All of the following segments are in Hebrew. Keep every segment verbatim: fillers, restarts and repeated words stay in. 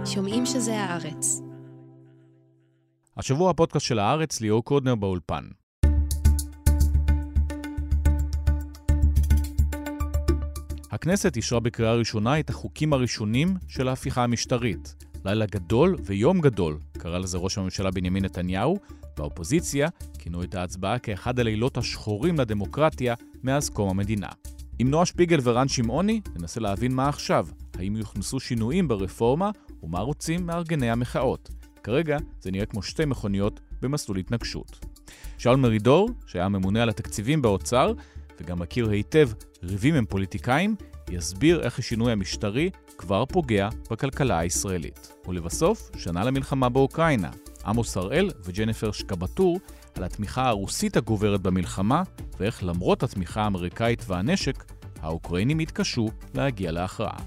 שומעים שזה הארץ. השבוע הפודקאסט של הארץ, ליאור קודנר באולפן. הכנסת אישרה בקריאה ראשונה את החוקים הראשונים של ההפיכה המשטרית. לילה גדול ויום גדול, קרא לזה ראש הממשלה בנימין נתניהו, והאופוזיציה כינו את ההצבעה כאחד הלילות השחורים לדמוקרטיה מאז קום המדינה. עם נועה שפיגל ורן שמעוני ננסה להבין מה עכשיו, האם יוכנסו שינויים ברפורמה ומה רוצים מארגני המחאות. כרגע זה נראה כמו שתי מכוניות במסלול התנגשות. שאול מרידור, שהיה ממונה על התקציבים באוצר וגם מכיר היטב ריבים עם פוליטיקאים, יסביר איך השינוי המשטרי כבר פוגע בכלכלה הישראלית. ולבסוף, שנה למלחמה באוקראינה, עמוס הראל וג'ניפר שקבטור על התמיכה הרוסית הגוברת במלחמה, ואיך למרות התמיכה האמריקאית והנשק, האוקראינים התקשו להגיע להכרעה.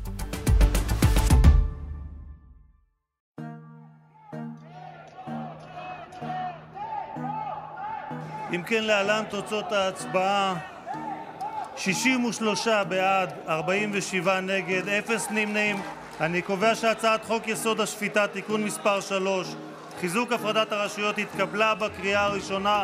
אם כן, להלן תוצאות ההצבעה: שישים ושלושה בעד, ארבעים ושבעה נגד, אפס נמנעים. אני קובע שהצעת חוק יסוד השפיטה תיקון מספר שלוש, חיזוק הפרדת הרשויות, התקבלה בקריאה הראשונה.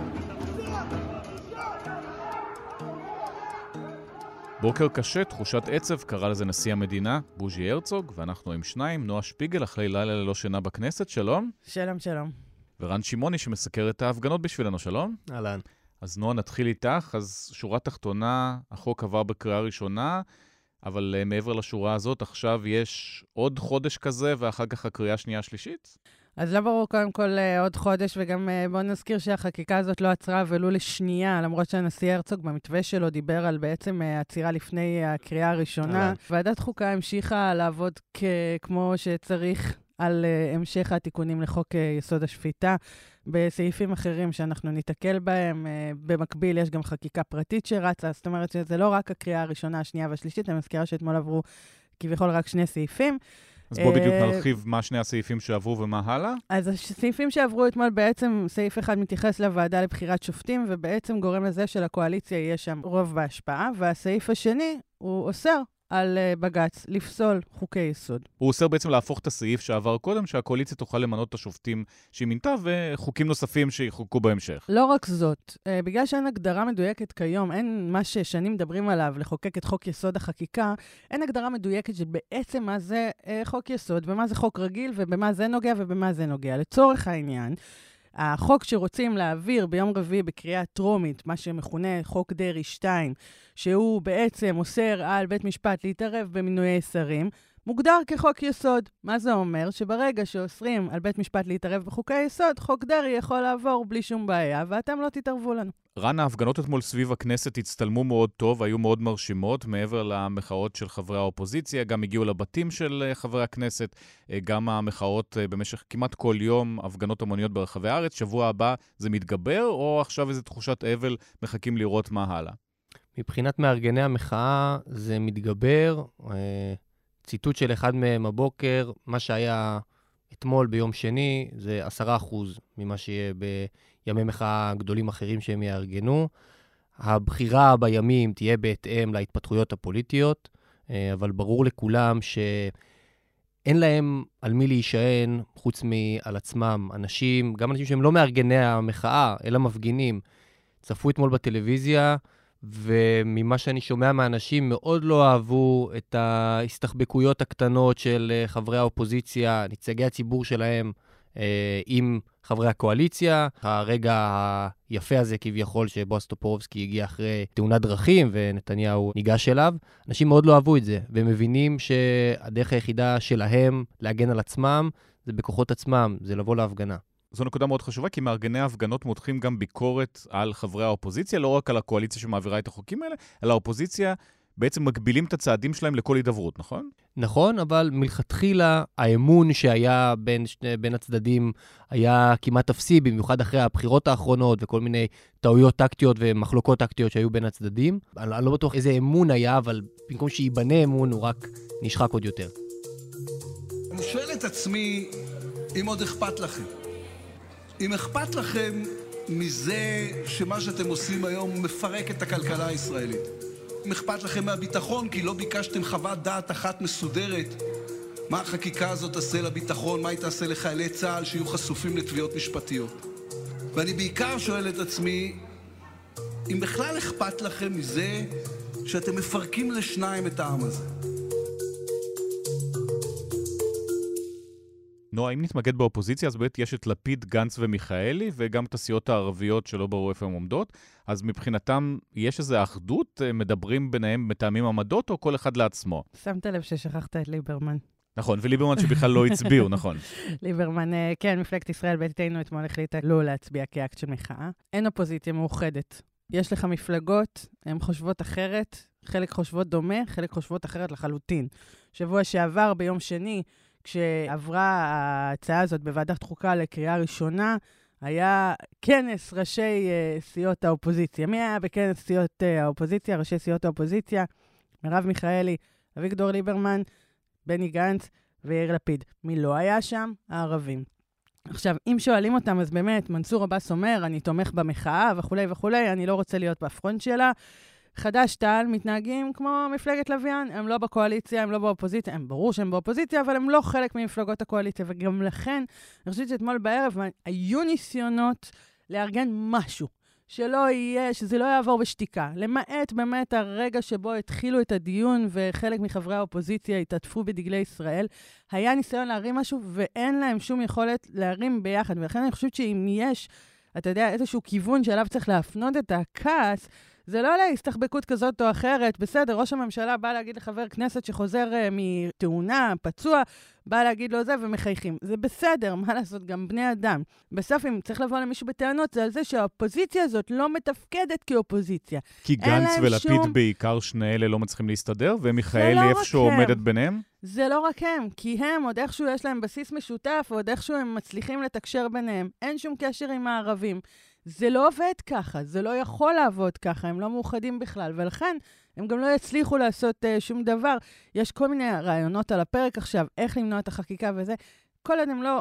בוקר קשה, תחושת עצב, קרא לזה נשיא המדינה, בוז'י הרצוג, ואנחנו עם שניים, נועה שפיגל, אחרי לילה ללא שינה בכנסת, שלום. שלום, שלום. ורן שמעוני שמסקר את ההפגנות בשבילנו, שלום. אהלן. אז נועה, נתחיל איתך. אז שורה תחתונה, החוק עבר בקריאה ראשונה, אבל uh, מעבר לשורה הזאת, עכשיו יש עוד חודש כזה, ואחר כך הקריאה השנייה השלישית? אז לא ברור קודם כל uh, עוד חודש, וגם uh, בואו נזכיר שהחקיקה הזאת לא עצרה ולו לשנייה, למרות שהנשיא הרצוג במתווה שלו דיבר על בעצם uh, עצירה לפני הקריאה הראשונה. ועדת חוקה המשיכה לעבוד כ- כמו שצריך על uh, המשך התיקונים לחוק uh, יסוד השפיטה. בסעיפים אחרים שאנחנו ניתקל בהם, uh, במקביל יש גם חקיקה פרטית שרצה, זאת אומרת שזה לא רק הקריאה הראשונה, השנייה והשלישית, אני מזכירה שאתמול עברו כביכול רק שני סעיפים. אז בוא בדיוק נרחיב מה שני הסעיפים שעברו ומה הלאה. אז הסעיפים שעברו אתמול בעצם, סעיף אחד מתייחס לוועדה לבחירת שופטים, ובעצם גורם לזה שלקואליציה יהיה שם רוב בהשפעה, והסעיף השני הוא אוסר על בג"ץ לפסול חוקי יסוד. הוא אוסר בעצם להפוך את הסעיף שעבר קודם, שהקואליציה תוכל למנות את השופטים שהיא מינתה, וחוקים נוספים שיחוקו בהמשך. לא רק זאת, בגלל שאין הגדרה מדויקת כיום, אין מה ששנים מדברים עליו, לחוקק את חוק יסוד החקיקה, אין הגדרה מדויקת שבעצם מה זה חוק יסוד, ומה זה חוק רגיל, ובמה זה נוגע ובמה זה נוגע. לצורך העניין, החוק שרוצים להעביר ביום רביעי בקריאה טרומית, מה שמכונה חוק דרעי שתיים, שהוא בעצם אוסר על בית משפט להתערב במינויי שרים, מוגדר כחוק יסוד. מה זה אומר? שברגע שאוסרים על בית משפט להתערב בחוקי יסוד, חוק דרעי יכול לעבור בלי שום בעיה, ואתם לא תתערבו לנו. רן, ההפגנות אתמול סביב הכנסת הצטלמו מאוד טוב, היו מאוד מרשימות, מעבר למחאות של חברי האופוזיציה, גם הגיעו לבתים של חברי הכנסת, גם המחאות במשך כמעט כל יום, הפגנות המוניות ברחבי הארץ. שבוע הבא זה מתגבר, או עכשיו איזו תחושת אבל מחכים לראות מה הלאה? מבחינת מארגני המחאה זה מתגבר, ציטוט של אחד מהם הבוקר, מה שהיה אתמול ביום שני, זה עשרה אחוז ממה שיהיה בימי מחאה גדולים אחרים שהם יארגנו. הבחירה בימים תהיה בהתאם להתפתחויות הפוליטיות, אבל ברור לכולם שאין להם על מי להישען חוץ מעל עצמם. אנשים, גם אנשים שהם לא מארגני המחאה, אלא מפגינים, צפו אתמול בטלוויזיה, וממה שאני שומע מהאנשים, מאוד לא אהבו את ההסתחבקויות הקטנות של חברי האופוזיציה, נציגי הציבור שלהם, עם חברי הקואליציה. הרגע היפה הזה כביכול שבועז טופורובסקי הגיע אחרי תאונת דרכים, ונתניהו ניגש אליו. אנשים מאוד לא אהבו את זה, והם מבינים שהדרך היחידה שלהם להגן על עצמם, זה בכוחות עצמם, זה לבוא להפגנה. זו נקודה מאוד חשובה, כי מארגני ההפגנות מותחים גם ביקורת על חברי האופוזיציה, לא רק על הקואליציה שמעבירה את החוקים האלה, אלא האופוזיציה בעצם מגבילים את הצעדים שלהם לכל הידברות, נכון? נכון, אבל מלכתחילה האמון שהיה בין, שני, בין הצדדים היה כמעט אפסי, במיוחד אחרי הבחירות האחרונות וכל מיני טעויות טקטיות ומחלוקות טקטיות שהיו בין הצדדים. אני, אני לא בטוח איזה אמון היה, אבל במקום שיבנה אמון הוא רק נשחק עוד יותר. אני שואל את עצמי אם עוד אכפת לכם. אם אכפת לכם מזה שמה שאתם עושים היום מפרק את הכלכלה הישראלית. אם אכפת לכם מהביטחון, כי לא ביקשתם חוות דעת אחת מסודרת מה החקיקה הזאת תעשה לביטחון, מה היא תעשה לחיילי צה"ל שיהיו חשופים לתביעות משפטיות. ואני בעיקר שואל את עצמי, אם בכלל אכפת לכם מזה שאתם מפרקים לשניים את העם הזה. נועה, אם נתמקד באופוזיציה, אז באמת יש את לפיד, גנץ ומיכאלי, וגם את הסיעות הערביות שלא ברור איפה הן עומדות. אז מבחינתם, יש איזו אחדות? מדברים ביניהם מטעמים עמדות, או כל אחד לעצמו? שמת לב ששכחת את ליברמן. נכון, וליברמן שבכלל לא הצביעו, נכון. ליברמן, כן, מפלגת ישראל ביתנו אתמול החליטה לא להצביע כאקט של מחאה. אין אופוזיציה מאוחדת. יש לך מפלגות, הן חושבות אחרת, חלק חושבות דומה, חלק חושבות אחרת לחלוטין. שבוע שעבר, ביום שני, כשעברה ההצעה הזאת בוועדת חוקה לקריאה ראשונה, היה כנס ראשי uh, סיעות האופוזיציה. מי היה בכנס סיעות uh, האופוזיציה? ראשי סיעות האופוזיציה, מרב מיכאלי, אביגדור ליברמן, בני גנץ ויאיר לפיד. מי לא היה שם? הערבים. עכשיו, אם שואלים אותם, אז באמת, מנסור עבאס אומר, אני תומך במחאה וכולי וכולי, אני לא רוצה להיות בפרונט שלה. חד"ש תע"ל מתנהגים כמו מפלגת לוויין, הם לא בקואליציה, הם לא באופוזיציה, הם ברור שהם באופוזיציה, אבל הם לא חלק ממפלגות הקואליציה, וגם לכן, אני חושבת שאתמול בערב היו ניסיונות לארגן משהו, שלא יהיה, שזה לא יעבור בשתיקה, למעט באמת הרגע שבו התחילו את הדיון, וחלק מחברי האופוזיציה התעטפו בדגלי ישראל, היה ניסיון להרים משהו, ואין להם שום יכולת להרים ביחד, ולכן אני חושבת שאם יש, אתה יודע, איזשהו כיוון שעליו צריך להפנות את הכעס, זה לא להסתחבקות כזאת או אחרת, בסדר, ראש הממשלה בא להגיד לחבר כנסת שחוזר uh, מתאונה, פצוע, בא להגיד לו זה ומחייכים. זה בסדר, מה לעשות, גם בני אדם. בסוף אם צריך לבוא למישהו בטענות, זה על זה שהאופוזיציה הזאת לא מתפקדת כאופוזיציה. כי גנץ ולפיד שום... בעיקר שני אלה לא מצליחים להסתדר, ומיכאלי לא איפשהו עומדת ביניהם? זה לא רק הם, כי הם עוד איכשהו יש להם בסיס משותף, עוד איכשהו הם מצליחים לתקשר ביניהם. אין שום קשר עם הערבים. זה לא עובד ככה, זה לא יכול לעבוד ככה, הם לא מאוחדים בכלל, ולכן הם גם לא יצליחו לעשות uh, שום דבר. יש כל מיני רעיונות על הפרק עכשיו, איך למנוע את החקיקה וזה. כל עוד הם לא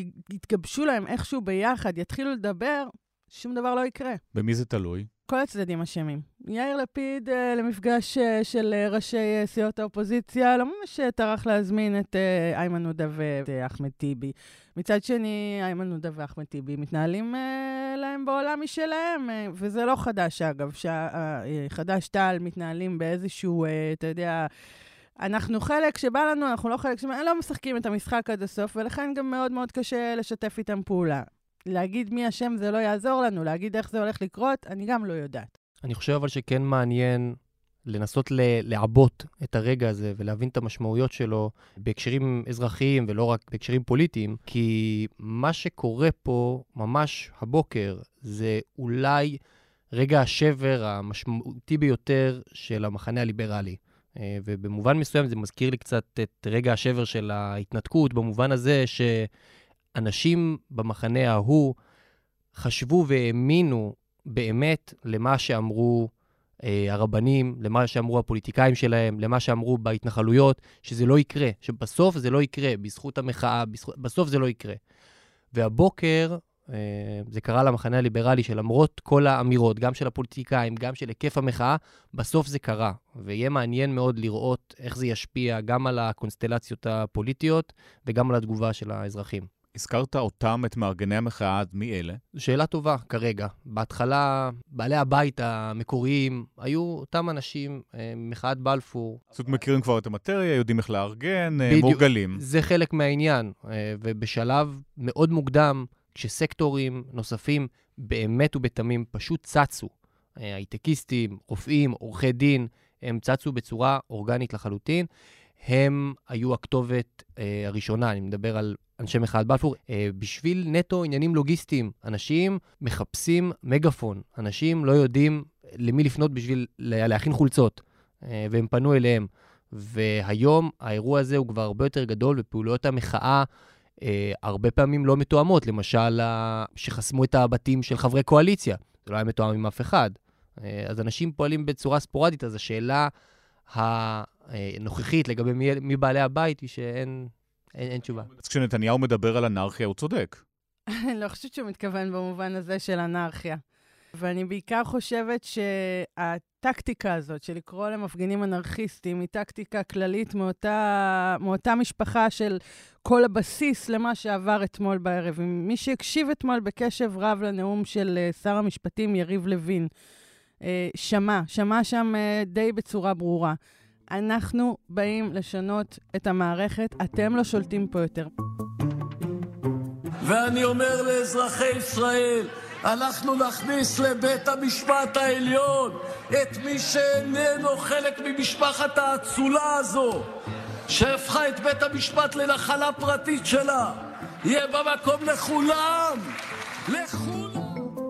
יתגבשו להם איכשהו ביחד, יתחילו לדבר, שום דבר לא יקרה. במי זה תלוי? כל הצדדים אשמים. יאיר לפיד uh, למפגש uh, של uh, ראשי uh, סיעות האופוזיציה, לא ממש טרח להזמין את uh, איימן עודה ואחמד טיבי. מצד שני, איימן עודה ואחמד טיבי מתנהלים uh, להם בעולם משלהם, uh, וזה לא חדש אגב, שחד"ש תע"ל מתנהלים באיזשהו, uh, אתה יודע, אנחנו חלק שבא לנו, אנחנו לא חלק שבא, לא משחקים את המשחק עד הסוף, ולכן גם מאוד מאוד קשה לשתף איתם פעולה. להגיד מי השם זה לא יעזור לנו, להגיד איך זה הולך לקרות, אני גם לא יודעת. אני חושב אבל שכן מעניין לנסות לעבות את הרגע הזה ולהבין את המשמעויות שלו בהקשרים אזרחיים ולא רק בהקשרים פוליטיים, כי מה שקורה פה ממש הבוקר זה אולי רגע השבר המשמעותי ביותר של המחנה הליברלי. ובמובן מסוים זה מזכיר לי קצת את רגע השבר של ההתנתקות, במובן הזה ש... אנשים במחנה ההוא חשבו והאמינו באמת למה שאמרו אה, הרבנים, למה שאמרו הפוליטיקאים שלהם, למה שאמרו בהתנחלויות, שזה לא יקרה, שבסוף זה לא יקרה, בזכות המחאה, בזכות, בסוף זה לא יקרה. והבוקר אה, זה קרה למחנה הליברלי שלמרות כל האמירות, גם של הפוליטיקאים, גם של היקף המחאה, בסוף זה קרה. ויהיה מעניין מאוד לראות איך זה ישפיע גם על הקונסטלציות הפוליטיות וגם על התגובה של האזרחים. הזכרת אותם, את מארגני המחאה, מי אלה? זו שאלה טובה כרגע. בהתחלה, בעלי הבית המקוריים היו אותם אנשים, מחאת בלפור. זאת מכירים כבר את המטריה, יודעים איך לארגן, מורגלים. זה חלק מהעניין, ובשלב מאוד מוקדם, כשסקטורים נוספים באמת ובתמים פשוט צצו. הייטקיסטים, רופאים, עורכי דין, הם צצו בצורה אורגנית לחלוטין. הם היו הכתובת אה, הראשונה, אני מדבר על אנשי מחאת בלפור, אה, בשביל נטו עניינים לוגיסטיים. אנשים מחפשים מגפון, אנשים לא יודעים למי לפנות בשביל להכין חולצות, אה, והם פנו אליהם. והיום האירוע הזה הוא כבר הרבה יותר גדול, ופעולות המחאה אה, הרבה פעמים לא מתואמות, למשל אה, שחסמו את הבתים של חברי קואליציה, זה לא היה מתואם עם אף אחד. אה, אז אנשים פועלים בצורה ספורדית, אז השאלה הנוכחית לגבי מי, מי בעלי הבית היא שאין אין, אין תשובה. אז כשנתניהו מדבר על אנרכיה, הוא צודק. אני לא חושבת שהוא מתכוון במובן הזה של אנרכיה. ואני בעיקר חושבת שהטקטיקה הזאת של לקרוא למפגינים אנרכיסטים היא טקטיקה כללית מאותה, מאותה משפחה של כל הבסיס למה שעבר אתמול בערב. מי שהקשיב אתמול בקשב רב לנאום של שר המשפטים יריב לוין, שמע, שמע שם די בצורה ברורה. אנחנו באים לשנות את המערכת, אתם לא שולטים פה יותר. ואני אומר לאזרחי ישראל, אנחנו נכניס לבית המשפט העליון את מי שאיננו חלק ממשפחת האצולה הזו, שהפכה את בית המשפט לנחלה פרטית שלה. יהיה במקום לכולם, לכולם.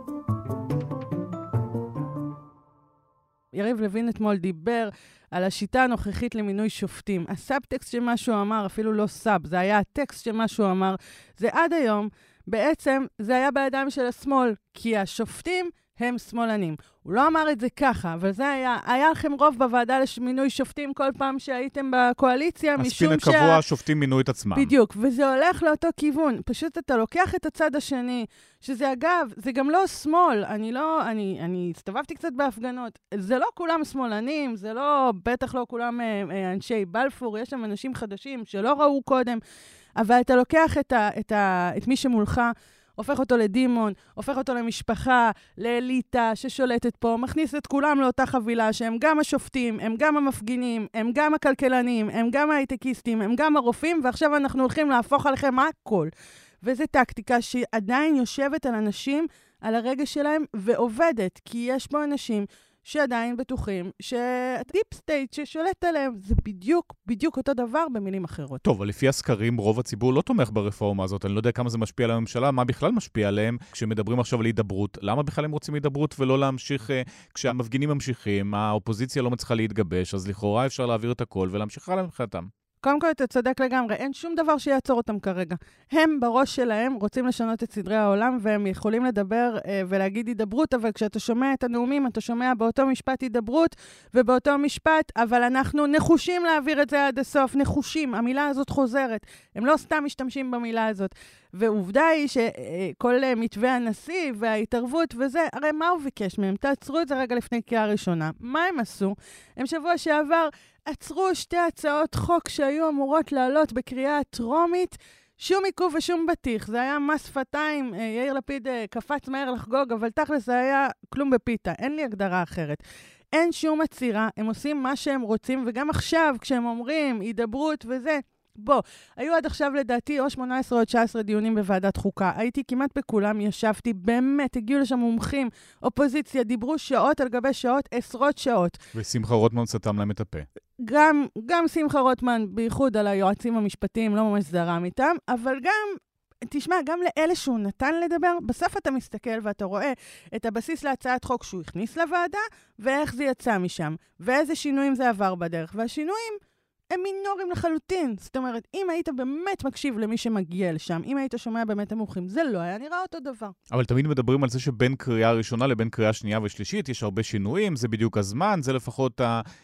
יריב לוין אתמול דיבר על השיטה הנוכחית למינוי שופטים. הסאבטקסט של מה שהוא אמר, אפילו לא סאב, זה היה הטקסט של מה שהוא אמר. זה עד היום, בעצם זה היה בידיים של השמאל, כי השופטים הם שמאלנים. הוא לא אמר את זה ככה, אבל זה היה, היה לכם רוב בוועדה למינוי שופטים כל פעם שהייתם בקואליציה, משום שה... הספין הקבוע, השופטים מינו את עצמם. בדיוק, וזה הולך לאותו כיוון. פשוט אתה לוקח את הצד השני, שזה אגב, זה גם לא שמאל. אני לא, אני, אני הסתובבתי קצת בהפגנות. זה לא כולם שמאלנים, זה לא, בטח לא כולם אה, אנשי בלפור, יש שם אנשים חדשים שלא ראו קודם, אבל אתה לוקח את, ה, את, ה, את מי שמולך, הופך אותו לדימון, הופך אותו למשפחה, לאליטה ששולטת פה, מכניס את כולם לאותה חבילה שהם גם השופטים, הם גם המפגינים, הם גם הכלכלנים, הם גם ההייטקיסטים, הם גם הרופאים, ועכשיו אנחנו הולכים להפוך עליכם הכל. וזו טקטיקה שעדיין יושבת על אנשים, על הרגש שלהם, ועובדת, כי יש פה אנשים שעדיין בטוחים שהדיפ סטייט ששולט עליהם זה בדיוק, בדיוק אותו דבר במילים אחרות. טוב, אבל לפי הסקרים רוב הציבור לא תומך ברפורמה הזאת. אני לא יודע כמה זה משפיע על הממשלה, מה בכלל משפיע עליהם כשמדברים עכשיו על הידברות. למה בכלל הם רוצים הידברות ולא להמשיך, כשהמפגינים ממשיכים, האופוזיציה לא מצליחה להתגבש, אז לכאורה אפשר להעביר את הכל ולהמשיך הלאה מבחינתם. קודם כל, אתה צודק לגמרי, אין שום דבר שיעצור אותם כרגע. הם בראש שלהם רוצים לשנות את סדרי העולם, והם יכולים לדבר אה, ולהגיד הידברות, אבל כשאתה שומע את הנאומים, אתה שומע באותו משפט הידברות, ובאותו משפט, אבל אנחנו נחושים להעביר את זה עד הסוף, נחושים, המילה הזאת חוזרת. הם לא סתם משתמשים במילה הזאת. ועובדה היא שכל מתווה הנשיא וההתערבות וזה, הרי מה הוא ביקש מהם? תעצרו את זה רגע לפני קריאה ראשונה. מה הם עשו? הם שבוע שעבר עצרו שתי הצעות חוק שהיו אמורות לעלות בקריאה טרומית, שום עיכוב ושום בטיח. זה היה מס שפתיים, יאיר לפיד קפץ מהר לחגוג, אבל תכלס זה היה כלום בפיתה, אין לי הגדרה אחרת. אין שום עצירה, הם עושים מה שהם רוצים, וגם עכשיו כשהם אומרים הידברות וזה, בוא, היו עד עכשיו לדעתי או שמונה עשרה או תשע עשרה דיונים בוועדת חוקה. הייתי כמעט בכולם, ישבתי, באמת, הגיעו לשם מומחים, אופוזיציה, דיברו שעות על גבי שעות, עשרות שעות. ושמחה רוטמן סתם להם את הפה. גם, גם שמחה רוטמן, בייחוד על היועצים המשפטיים, לא ממש זרם איתם, אבל גם, תשמע, גם לאלה שהוא נתן לדבר, בסוף אתה מסתכל ואתה רואה את הבסיס להצעת חוק שהוא הכניס לוועדה, ואיך זה יצא משם, ואיזה שינויים זה עבר בדרך, והשינויים הם מינורים לחלוטין. זאת אומרת, אם היית באמת מקשיב למי שמגיע לשם, אם היית שומע באמת המומחים, זה לא היה נראה אותו דבר. אבל תמיד מדברים על זה שבין קריאה ראשונה לבין קריאה שנייה ושלישית, יש הרבה שינויים, זה בדיוק הזמן, זה לפחות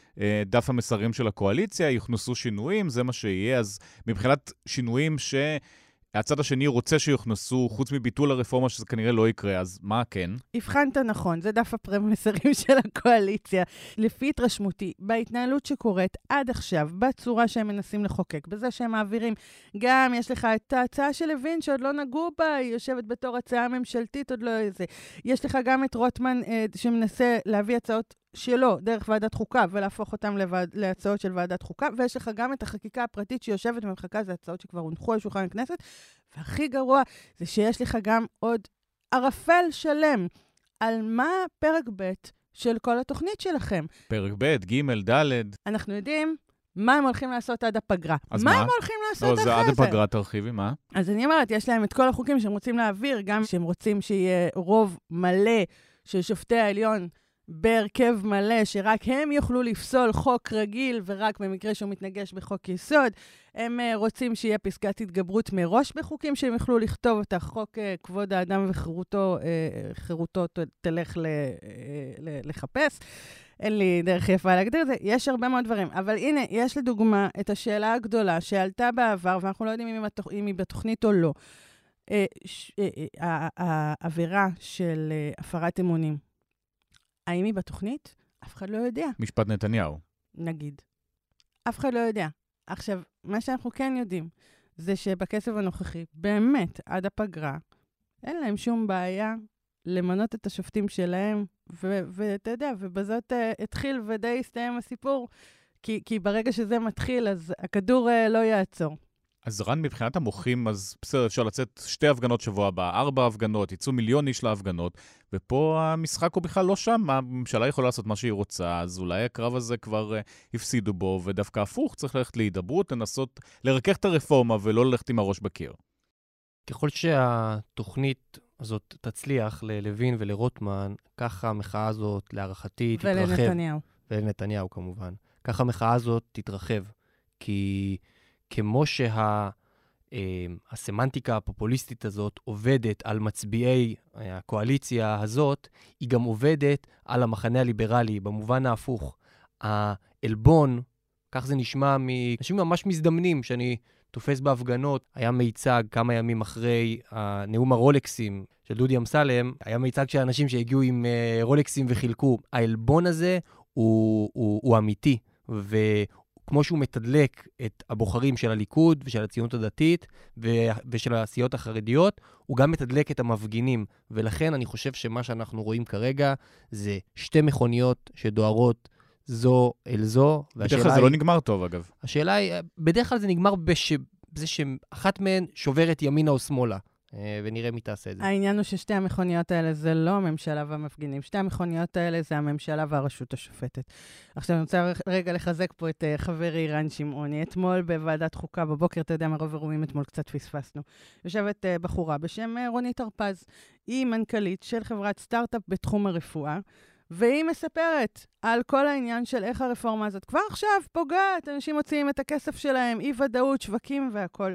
דף המסרים של הקואליציה, יוכנסו שינויים, זה מה שיהיה. אז מבחינת שינויים ש... הצד השני רוצה שיוכנסו, חוץ מביטול הרפורמה, שזה כנראה לא יקרה, אז מה כן? הבחנת נכון, זה דף המסרים של הקואליציה. לפי התרשמותי, בהתנהלות שקורית עד עכשיו, בצורה שהם מנסים לחוקק, בזה שהם מעבירים, גם יש לך את ההצעה של לוין, שעוד לא נגעו בה, היא יושבת בתור הצעה ממשלתית, עוד לא איזה. יש לך גם את רוטמן, אה, שמנסה להביא הצעות שלו, דרך ועדת חוקה, ולהפוך אותם לוועד, להצעות של ועדת חוקה, ויש לך גם את החקיקה הפרטית שיושבת במחקה, זה הצעות שכבר הונחו על שולחן הכנסת, והכי גרוע זה שיש לך גם עוד ערפל שלם על מה פרק ב' של כל התוכנית שלכם. פרק ב', ג', ד'. אנחנו יודעים מה הם הולכים לעשות עד הפגרה. אז מה? מה הם הולכים לעשות לא, אחרי זה? זה עד הפגרה, תרחיבי, מה? אז אני אומרת, יש להם את כל החוקים שהם רוצים להעביר, גם שהם רוצים שיהיה רוב מלא של שופטי העליון, בהרכב מלא, שרק הם יוכלו לפסול חוק רגיל, ורק במקרה שהוא מתנגש בחוק יסוד. הם uh, רוצים שיהיה פסקת התגברות מראש בחוקים, שהם יוכלו לכתוב את החוק uh, כבוד האדם וחירותו, uh, חירותו תלך ל, uh, ל, לחפש. אין לי דרך יפה להגדיר את זה. יש הרבה מאוד דברים. אבל הנה, יש לדוגמה את השאלה הגדולה שעלתה בעבר, ואנחנו לא יודעים אם, התוכ... אם היא בתוכנית או לא. העבירה של הפרת אמונים האם היא בתוכנית? אף אחד לא יודע. משפט נתניהו. נגיד. אף אחד לא יודע. עכשיו, מה שאנחנו כן יודעים, זה שבכסף הנוכחי, באמת, עד הפגרה, אין להם שום בעיה למנות את השופטים שלהם, ואתה יודע, ובזאת uh, התחיל ודי הסתיים הסיפור, כי, כי ברגע שזה מתחיל, אז הכדור uh, לא יעצור. אז רן, מבחינת המוחים, אז בסדר, אפשר לצאת שתי הפגנות שבוע הבא, ארבע הפגנות, יצאו מיליון איש להפגנות, ופה המשחק הוא בכלל לא שם, הממשלה יכולה לעשות מה שהיא רוצה, אז אולי הקרב הזה כבר uh, הפסידו בו, ודווקא הפוך, צריך ללכת להידברות, לנסות לרכך את הרפורמה ולא ללכת עם הראש בקיר. ככל שהתוכנית הזאת תצליח ללוין ולרוטמן, ככה המחאה הזאת להערכתי תתרחב. ולנתניהו. ולנתניהו כמובן. ככה המחאה הזאת תתרחב, כי כמו שהסמנטיקה הפופוליסטית הזאת עובדת על מצביעי הקואליציה הזאת, היא גם עובדת על המחנה הליברלי, במובן ההפוך. האלבון, כך זה נשמע מאנשים ממש מזדמנים, שאני תופס בהפגנות, היה מיצג כמה ימים אחרי הנאום הרולקסים של דודי אמסלם, היה מיצג של אנשים שהגיעו עם רולקסים וחילקו. האלבון הזה הוא, הוא, הוא אמיתי, וכמו שהוא מתדלק את הבוחרים של הליכוד ושל הציונות הדתית ו- ושל הסיעות החרדיות, הוא גם מתדלק את המפגינים, ולכן אני חושב שמה שאנחנו רואים כרגע זה שתי מכוניות שדוהרות זו אל זו. בדרך כלל זה לא נגמר טוב, אגב. השאלה היא, בדרך כלל זה נגמר בש... בזה שאחת מהן שוברת ימינה או שמאלה, ונראה מי תעשה את זה. העניין הוא ששתי המכוניות האלה זה לא הממשלה והמפגינים. שתי המכוניות האלה זה הממשלה והרשות השופטת. עכשיו אני רוצה רגע לחזק פה את חברי רן שמעוני. אתמול בוועדת חוקה בבוקר, אתה יודע, מרוב אירועים אתמול קצת פספסנו. יושבת בחורה בשם רונית הרפז. היא מנכ"לית של חברת סטארט-אפ בתחום הרפואה, והיא מספרת על כל העניין של איך הרפורמה הזאת כבר עכשיו פוגעת, אנשים מוציאים את הכסף שלהם, אי ודאות, שווקים והכל.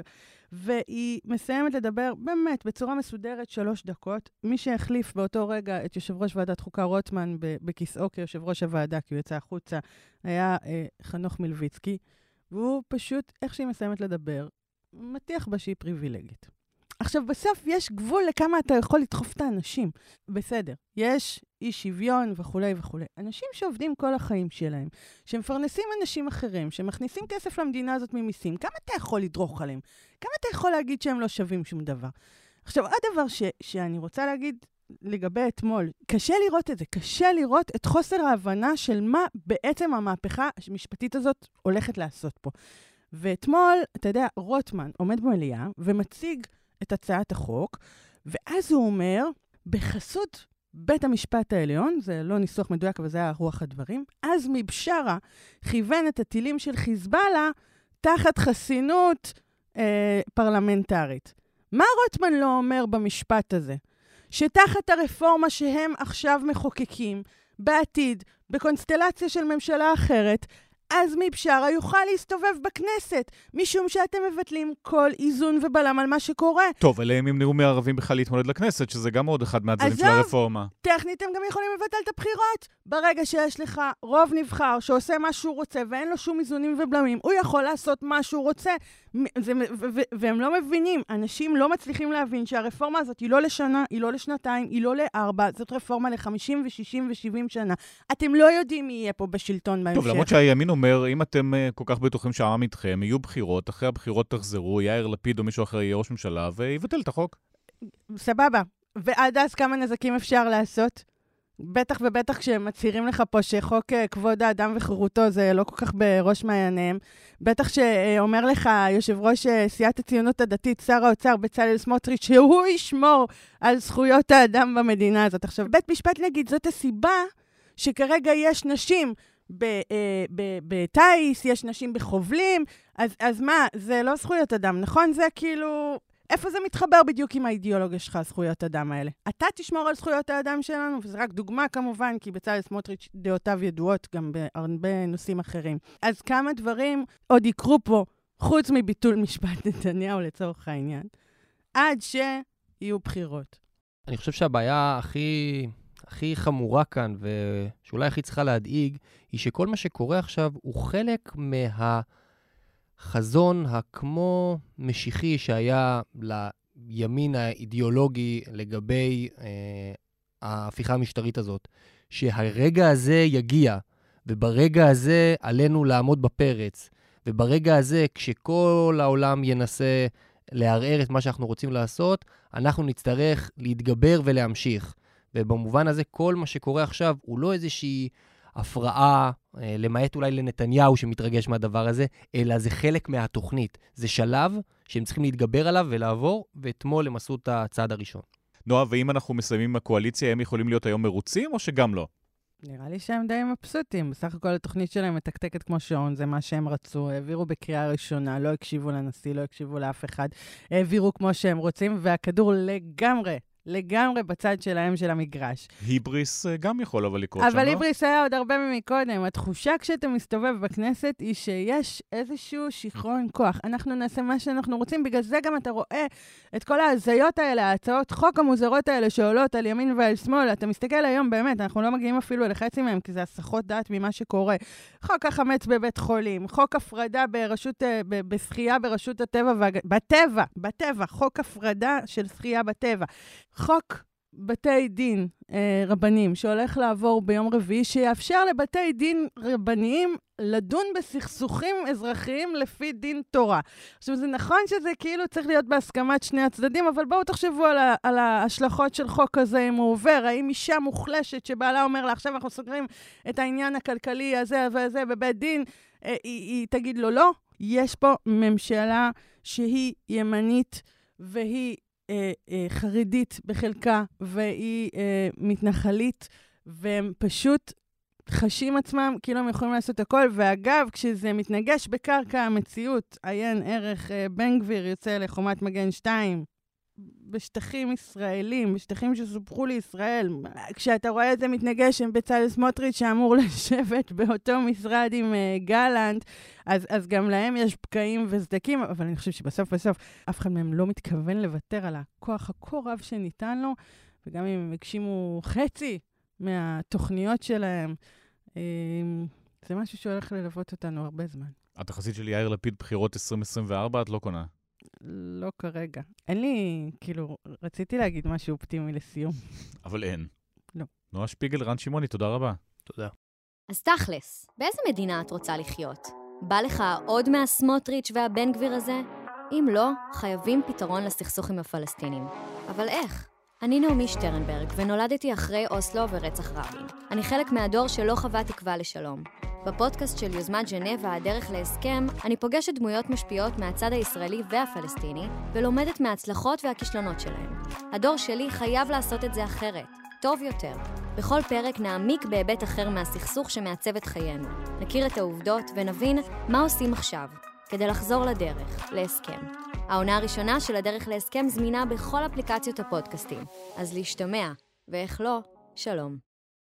והיא מסיימת לדבר באמת בצורה מסודרת שלוש דקות. מי שהחליף באותו רגע את יושב ראש ועדת חוקה רוטמן בכיסאו כיושב ראש הוועדה, כי הוא יצא החוצה, היה אה, חנוך מלביצקי, והוא פשוט, איך שהיא מסיימת לדבר, מטיח בה שהיא פריבילגית. עכשיו, בסוף יש גבול לכמה אתה יכול לדחוף את האנשים. בסדר, יש אי שוויון וכו' וכו'. אנשים שעובדים כל החיים שלהם, שמפרנסים אנשים אחרים, שמכניסים כסף למדינה הזאת ממיסים, כמה אתה יכול לדרוך עליהם? כמה אתה יכול להגיד שהם לא שווים שום דבר? עכשיו, עוד דבר ש- שאני רוצה להגיד לגבי אתמול, קשה לראות את זה, קשה לראות את חוסר ההבנה של מה בעצם המהפכה המשפטית הזאת הולכת לעשות פה. ואתמול, אתה יודע, רוטמן עומד במליאה ומציג את הצעת החוק, ואז הוא אומר, בחסות בית המשפט העליון, זה לא ניסוח מדויק, אבל זה היה רוח הדברים, אז מבשרה כיוון את הטילים של חיזבאללה תחת חסינות אה, פרלמנטרית. מה רוטמן לא אומר במשפט הזה? שתחת הרפורמה שהם עכשיו מחוקקים, בעתיד, בקונסטלציה של ממשלה אחרת, אז מבשרה יוכל להסתובב בכנסת, משום שאתם מבטלים כל איזון ובלם על מה שקורה. טוב, אליהם ימנעו מהערבים בכלל להתמודד לכנסת, שזה גם עוד אחד מהדברים של הרפורמה. טכנית הם גם יכולים לבטל את הבחירות. ברגע שיש לך רוב נבחר שעושה מה שהוא רוצה, ואין לו שום איזונים ובלמים, הוא יכול לעשות מה שהוא רוצה. זה, ו- ו- והם לא מבינים, אנשים לא מצליחים להבין שהרפורמה הזאת היא לא לשנה, היא לא לשנתיים, היא לא לארבע, זאת רפורמה ל-חמישים ו-שישים ו-שבעים שנה. אתם לא יודעים מי יהיה פה בשלטון בהמשך. טוב, למרות שהימין אומר, אם אתם uh, כל כך בטוחים שהעם איתכם, יהיו בחירות, אחרי הבחירות תחזרו, יאיר לפיד או מישהו אחר יהיה ראש ממשלה, ויבטל את החוק. סבבה. ועד אז כמה נזקים אפשר לעשות? בטח ובטח כשהם מצהירים לך פה שחוק כבוד האדם וחירותו זה לא כל כך בראש מעייניהם. בטח שאומר לך יושב ראש סיעת הציונות הדתית, שר האוצר בצלאל סמוטריץ', שהוא ישמור על זכויות האדם במדינה הזאת. עכשיו, בית משפט נגיד, זאת הסיבה שכרגע יש נשים בטייס, יש נשים בחובלים, אז, אז מה, זה לא זכויות אדם, נכון? זה כאילו... איפה זה מתחבר בדיוק עם האידיאולוגיה שלך, זכויות אדם האלה? אתה תשמור על זכויות האדם שלנו, וזה רק דוגמה כמובן, כי בצלאל סמוטריץ' דעותיו ידועות גם בהרבה נושאים אחרים. אז כמה דברים עוד יקרו פה, חוץ מביטול משפט נתניהו לצורך העניין, עד שיהיו בחירות. אני חושב שהבעיה הכי, הכי חמורה כאן, ושאולי הכי צריכה להדאיג, היא שכל מה שקורה עכשיו הוא חלק מה... חזון הכמו משיחי שהיה לימין האידיאולוגי לגבי אה, ההפיכה המשטרית הזאת, שהרגע הזה יגיע, וברגע הזה עלינו לעמוד בפרץ, וברגע הזה, כשכל העולם ינסה לערער את מה שאנחנו רוצים לעשות, אנחנו נצטרך להתגבר ולהמשיך. ובמובן הזה, כל מה שקורה עכשיו הוא לא איזושהי הפרעה, למעט אולי לנתניהו שמתרגש מהדבר הזה, אלא זה חלק מהתוכנית. זה שלב שהם צריכים להתגבר עליו ולעבור, ואתמול הם עשו את הצעד הראשון. נועה, ואם אנחנו מסיימים עם הקואליציה, הם יכולים להיות היום מרוצים או שגם לא? נראה לי שהם די מבסוטים. בסך הכל התוכנית שלהם מתקתקת כמו שעון, זה מה שהם רצו. העבירו בקריאה ראשונה, לא הקשיבו לנשיא, לא הקשיבו לאף אחד. העבירו כמו שהם רוצים, והכדור לגמרי, לגמרי בצד שלהם של המגרש. היבריס גם יכול אבל לקרות שם, לא? אבל היבריס היה עוד הרבה ממקודם. התחושה כשאתה מסתובב בכנסת היא שיש איזשהו שכרון כוח. אנחנו נעשה מה שאנחנו רוצים, בגלל זה גם אתה רואה את כל ההזיות האלה, ההצעות חוק המוזרות האלה שעולות על ימין ועל שמאל. אתה מסתכל היום באמת, אנחנו לא מגיעים אפילו לחצי מהם, כי זה הסחות דעת ממה שקורה. חוק החמץ בבית חולים, חוק הפרדה ברשות, בשחייה ברשות הטבע, בטבע, בטבע, חוק הפרדה של שחייה בטבע. חוק בתי דין אה, רבנים שהולך לעבור ביום רביעי, שיאפשר לבתי דין רבניים לדון בסכסוכים אזרחיים לפי דין תורה. עכשיו, זה נכון שזה כאילו צריך להיות בהסכמת שני הצדדים, אבל בואו תחשבו על, ה- על ההשלכות של חוק הזה אם הוא עובר. האם אישה מוחלשת שבעלה אומר לה, עכשיו אנחנו סוגרים את העניין הכלכלי הזה והזה בבית דין, אה, היא, היא תגיד לו לא. יש פה ממשלה שהיא ימנית והיא אה, אה, חרדית בחלקה, והיא אה, מתנחלית, והם פשוט חשים עצמם כאילו הם יכולים לעשות הכל. ואגב, כשזה מתנגש בקרקע המציאות, עיין ערך אה, בן גביר יוצא לחומת מגן שתיים, בשטחים ישראלים, בשטחים שסופחו לישראל. כשאתה רואה את זה מתנגש עם בצלאל סמוטריץ' שאמור לשבת באותו משרד עם uh, גלנט, אז, אז גם להם יש פקעים וסדקים, אבל אני חושב שבסוף בסוף אף אחד מהם לא מתכוון לוותר על הכוח הכה רב שניתן לו, וגם אם הם הגשימו חצי מהתוכניות שלהם, זה משהו שהולך ללוות אותנו הרבה זמן. התחזית של יאיר לפיד בחירות עשרים עשרים וארבע, את לא קונה? לא כרגע. אין לי, כאילו, רציתי להגיד משהו אופטימי לסיום. אבל אין. לא. נועה שפיגל, רן שמעוני, תודה רבה. תודה. אז תכלס, באיזה מדינה את רוצה לחיות? בא לך עוד מהסמוטריץ' והבן גביר הזה? אם לא, חייבים פתרון לסכסוך עם הפלסטינים. אבל איך? אני נעמי שטרנברג, ונולדתי אחרי אוסלו ורצח רבין. אני חלק מהדור שלא חווה תקווה לשלום. בפודקאסט של יוזמת ז'נבה, הדרך להסכם, אני פוגשת דמויות משפיעות מהצד הישראלי והפלסטיני, ולומדת מההצלחות והכישלונות שלהם. הדור שלי חייב לעשות את זה אחרת, טוב יותר. בכל פרק נעמיק בהיבט אחר מהסכסוך שמעצב את חיינו. נכיר את העובדות ונבין מה עושים עכשיו, כדי לחזור לדרך, להסכם. העונה הראשונה של הדרך להסכם זמינה בכל אפליקציות הפודקאסטים. אז להשתמע, ואיך לא, שלום.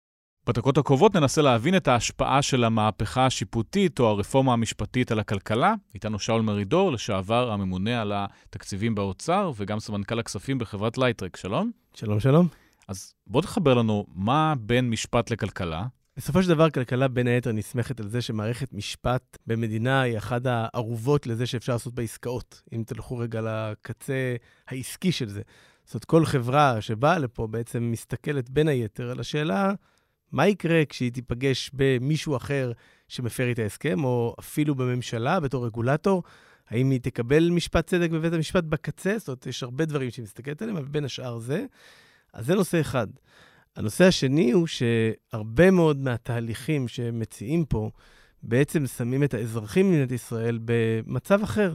בדקות הקרובות ננסה להבין את ההשפעה של המהפכה השיפוטית או הרפורמה המשפטית על הכלכלה. איתנו שאול מרידור, לשעבר הממונה על התקציבים באוצר, וגם סמנכ"ל הכספים בחברת לייטרק. שלום. שלום, שלום. אז בוא תחבר לנו מה בין משפט לכלכלה. בסופו של דבר, כלכלה בין היתר נסמכת על זה שמערכת משפט במדינה היא אחת הערובות לזה שאפשר לעשות בעסקאות. אם תלכו רגע לקצה העסקי של זה. זאת אומרת, כל חברה שבאה לפה בעצם מסתכלת בין היתר על השאלה, מה יקרה כשהיא תיפגש במישהו אחר שמפר את ההסכם, או אפילו בממשלה בתור רגולטור, האם היא תקבל משפט צדק בבית המשפט בקצה? זאת אומרת, יש הרבה דברים שהיא מסתכלת עליהם, אבל בין השאר זה. אז זה נושא אחד. הנושא השני הוא שהרבה מאוד מהתהליכים שמציעים פה, בעצם שמים את האזרחים במדינת ישראל במצב אחר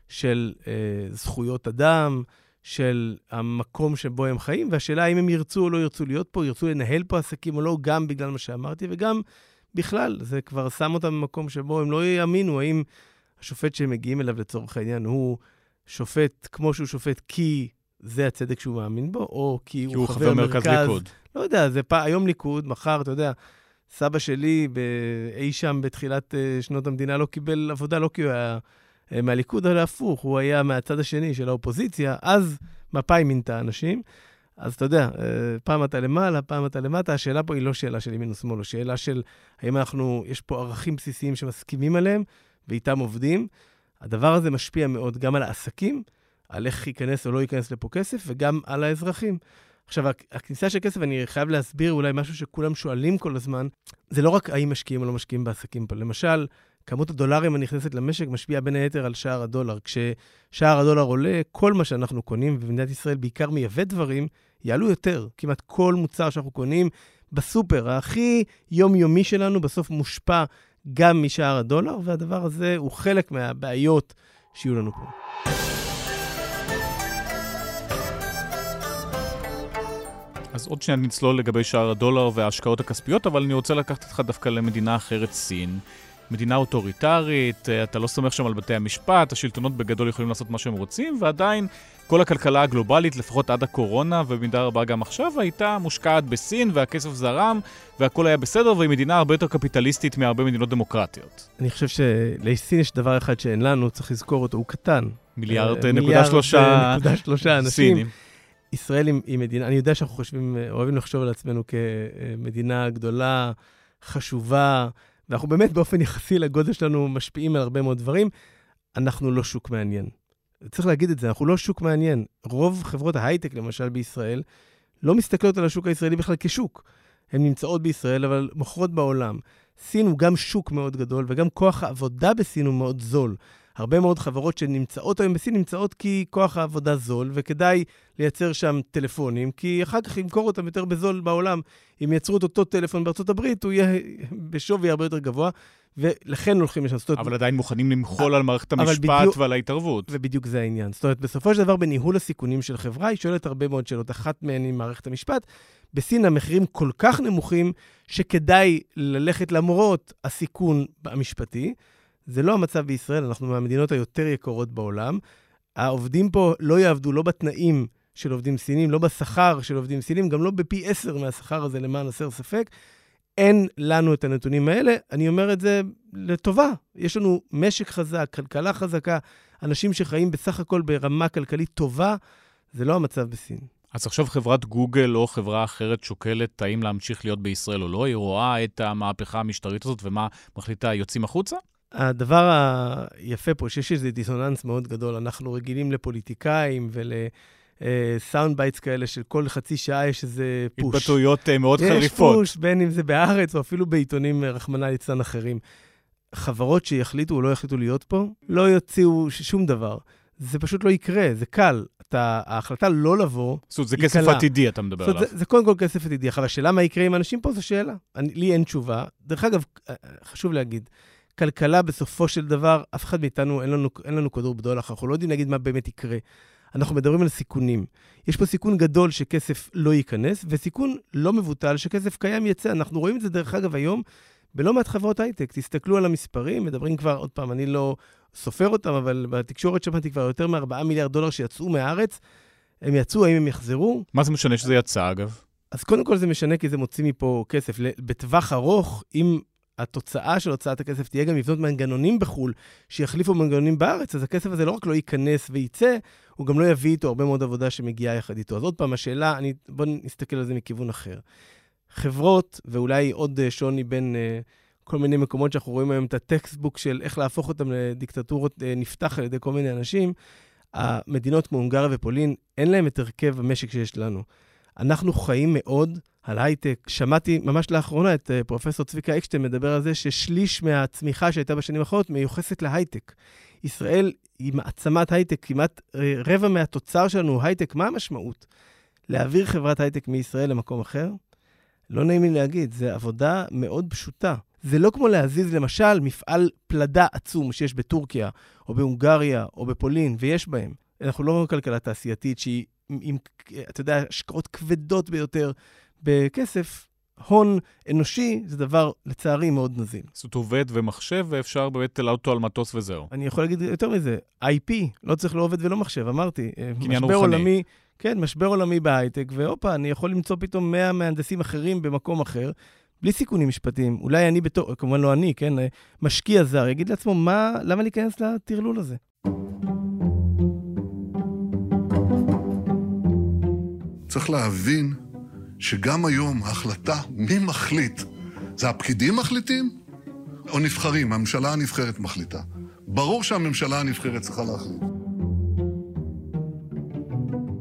של אה, זכויות אדם, של המקום שבו הם חיים, והשאלה האם הם ירצו או לא ירצו להיות פה, ירצו לנהל פה עסקים או לא, גם בגלל מה שאמרתי, וגם בכלל, זה כבר שם אותם במקום שבו הם לא יאמינו, האם השופט שהם מגיעים אליו לצורך העניין הוא שופט כמו שהוא שופט כי זה הצדק שהוא מאמין בו, או כי, כי הוא, הוא חבר מרכז, מרכז ליכוד. לא יודע, זה פע... היום ליכוד, מחר, אתה יודע, סבא שלי באי שם בתחילת שנות המדינה לא קיבל עבודה, לא כי הוא היה מהליכוד, אלא הפוך, הוא היה מהצד השני של האופוזיציה, אז מפאי מינתה אנשים, אז אתה יודע, פעם אתה למעלה, פעם אתה למטה, השאלה פה היא לא שאלה של ימין ושמאל, היא שאלה של האם אנחנו, יש פה ערכים בסיסיים שמסכימים עליהם, ואיתם עובדים. הדבר הזה משפיע מאוד גם על העסקים, על איך ייכנס או לא ייכנס לפה כסף, וגם על האזרחים. עכשיו, הכניסה של כסף, אני חייב להסביר אולי משהו שכולם שואלים כל הזמן, זה לא רק האם משקיעים או לא משקיעים בעסקים פה. למשל, כמות הדולרים הנכנסת למשק משפיעה בין היתר על שער הדולר. כששער הדולר עולה, כל מה שאנחנו קונים, ובמדינת ישראל בעיקר מייבא דברים, יעלו יותר. כמעט כל מוצר שאנחנו קונים בסופר, הכי יומיומי שלנו, בסוף מושפע גם משער הדולר, והדבר הזה הוא חלק מהבעיות שיהיו לנו פה. אז עוד שניה נצלול לגבי שער הדולר וההשקעות הכספיות, אבל אני רוצה לקחת אותך דווקא למדינה אחרת, סין. מדינה אוטוריטרית, אתה לא סומך שם על בתי המשפט, השלטונות בגדול יכולים לעשות מה שהם רוצים, ועדיין כל הכלכלה הגלובלית, לפחות עד הקורונה, ובמידה רבה גם עכשיו, הייתה מושקעת בסין, והכסף זרם, והכל היה בסדר, והיא מדינה הרבה יותר קפיטליסטית מהרבה מדינות דמוקרטיות. אני חושב שלסין יש דבר אחד שאין לנו, צריך לזכור אותו, הוא קטן. מיליארד נקודה שלושה נקודה שלושה אנשים. סינים. ישראל היא מדינה, אני יודע שאנחנו חושבים, אוהבים לחשוב על עצמנו כמדינה גדולה, חשובה, ואנחנו באמת באופן יחסי לגודל שלנו משפיעים על הרבה מאוד דברים. אנחנו לא שוק מעניין. צריך להגיד את זה, אנחנו לא שוק מעניין. רוב חברות ההייטק, למשל בישראל, לא מסתכלות על השוק הישראלי בכלל כשוק. הן נמצאות בישראל, אבל מוכרות בעולם. סין הוא גם שוק מאוד גדול, וגם כוח העבודה בסין הוא מאוד זול. הרבה מאוד חברות שנמצאות היום בסין נמצאות כי כוח העבודה זול, וכדאי לייצר שם טלפונים, כי אחר כך ימכור אותם יותר בזול בעולם. אם ייצרו את אותו טלפון בארצות הברית, הוא יהיה בשווי הרבה יותר גבוה, ולכן הולכים לשם. אבל עדיין מוכנים למחול על מערכת המשפט ועל ההתערבות. ובדיוק זה העניין. זאת אומרת, בסופו של דבר, בניהול הסיכונים של חברה, היא שואלת הרבה מאוד שאלות. אחת מהן עם מערכת המשפט. בסין המחירים כל כך נמוכים, שכדאי ללכת למרות הסיכון המשפטי. זה לא המצב בישראל, אנחנו מהמדינות היותר יקרות בעולם. העובדים פה לא יעבדו, לא בתנאים של עובדים סינים, לא בשכר של עובדים סינים, גם לא בפי עשר מהשכר הזה, למען הסר ספק. אין לנו את הנתונים האלה, אני אומר את זה לטובה. יש לנו משק חזק, כלכלה חזקה, אנשים שחיים בסך הכל ברמה כלכלית טובה, זה לא המצב בסין. אז עכשיו חברת גוגל או חברה אחרת שוקלת האם להמשיך להיות בישראל או לא, היא רואה את המהפכה המשטרית הזאת ומה מחליטה, יוצאים החוצה? הדבר היפה פה, שיש איזה דיסוננס מאוד גדול, אנחנו רגילים לפוליטיקאים ולסאונד בייטס כאלה של כל חצי שעה יש איזה פוש. התבטאויות מאוד יש חריפות. יש פוש, בין אם זה בארץ או אפילו בעיתונים רחמנא ליצלן אחרים. חברות שיחליטו או לא יחליטו להיות פה, לא יוציאו שום דבר. זה פשוט לא יקרה, זה קל. אתה, ההחלטה לא לבוא, זאת אומרת, זה כסף עתידי, אתה מדבר עליו. זה, זה קודם כל כסף עתידי. אבל השאלה מה יקרה עם אנשים פה, זו שאלה. אני, לי אין תשובה. דרך אגב, חשוב להגיד, כלכלה בסופו של דבר, אף אחד מאיתנו, אין לנו, אין לנו כדור בדולח, אנחנו לא יודעים להגיד מה באמת יקרה. אנחנו מדברים על סיכונים. יש פה סיכון גדול שכסף לא ייכנס, וסיכון לא מבוטל שכסף קיים יצא. אנחנו רואים את זה דרך אגב היום, בלא מעט חברות הייטק. תסתכלו על המספרים, מדברים כבר, עוד פעם, אני לא סופר אותם, אבל בתקשורת שמעתי כבר יותר מ-ארבעה מיליארד דולר שיצאו מהארץ. הם יצאו, האם הם יחזרו? מה זה משנה שזה יצא, אגב? אז קודם כל זה משנה כי זה מוציא מפה כסף. בטווח ארוך, אם התוצאה של הוצאת הכסף תהיה גם לבנות מנגנונים בחול, שיחליפו מנגנונים בארץ, אז הכסף הזה לא רק לא ייכנס וייצא, הוא גם לא יביא איתו הרבה מאוד עבודה שמגיעה יחד איתו. אז עוד פעם, השאלה, אני, בוא נסתכל על זה מכיוון אחר. חברות, ואולי עוד שוני בין uh, כל מיני מקומות שאנחנו רואים היום את הטקסטבוק של איך להפוך אותם לדיקטטורות uh, נפתח על ידי כל מיני אנשים, המדינות כמו הונגריה ופולין, אין להם את הרכב המשק שיש לנו. אנחנו חיים מאוד על הייטק. שמעתי ממש לאחרונה את uh, פרופסור צביקה אקשטיין מדבר על זה ששליש מהצמיחה שהייתה בשנים האחרונות מיוחסת להייטק. ישראל היא מעצמת הייטק, כמעט uh, רבע מהתוצר שלנו הייטק. מה המשמעות? להעביר חברת הייטק מישראל למקום אחר? לא נעים לי להגיד, זה עבודה מאוד פשוטה. זה לא כמו להזיז למשל מפעל פלדה עצום שיש בטורקיה, או בהונגריה, או בפולין, ויש בהם. אנחנו לא כלכלה תעשייתית שהיא עם, אתה יודע, השקעות כבדות ביותר בכסף. הון אנושי זה דבר לצערי מאוד נזיל. זאת עובד ומחשב, ואפשר באמת תלה אותו על מטוס וזהו. אני יכול להגיד יותר מזה, איי פי, לא צריך לא עובד ולא מחשב, אמרתי. קניין רוחני. כן, משבר עולמי בהייטק, ואופה, אני יכול למצוא פתאום מאה מהנדסים אחרים במקום אחר, בלי סיכונים משפטיים. אולי אני בתור, כמובן לא אני, כן, משקיע זר, יגיד לעצמו, מה, למה להיכנס לתרלול הזה? צריך להבין שגם היום ההחלטה מי מחליט, זה הפקידים מחליטים או נבחרים, הממשלה הנבחרת מחליטה. ברור שהממשלה הנבחרת צריכה להחליט.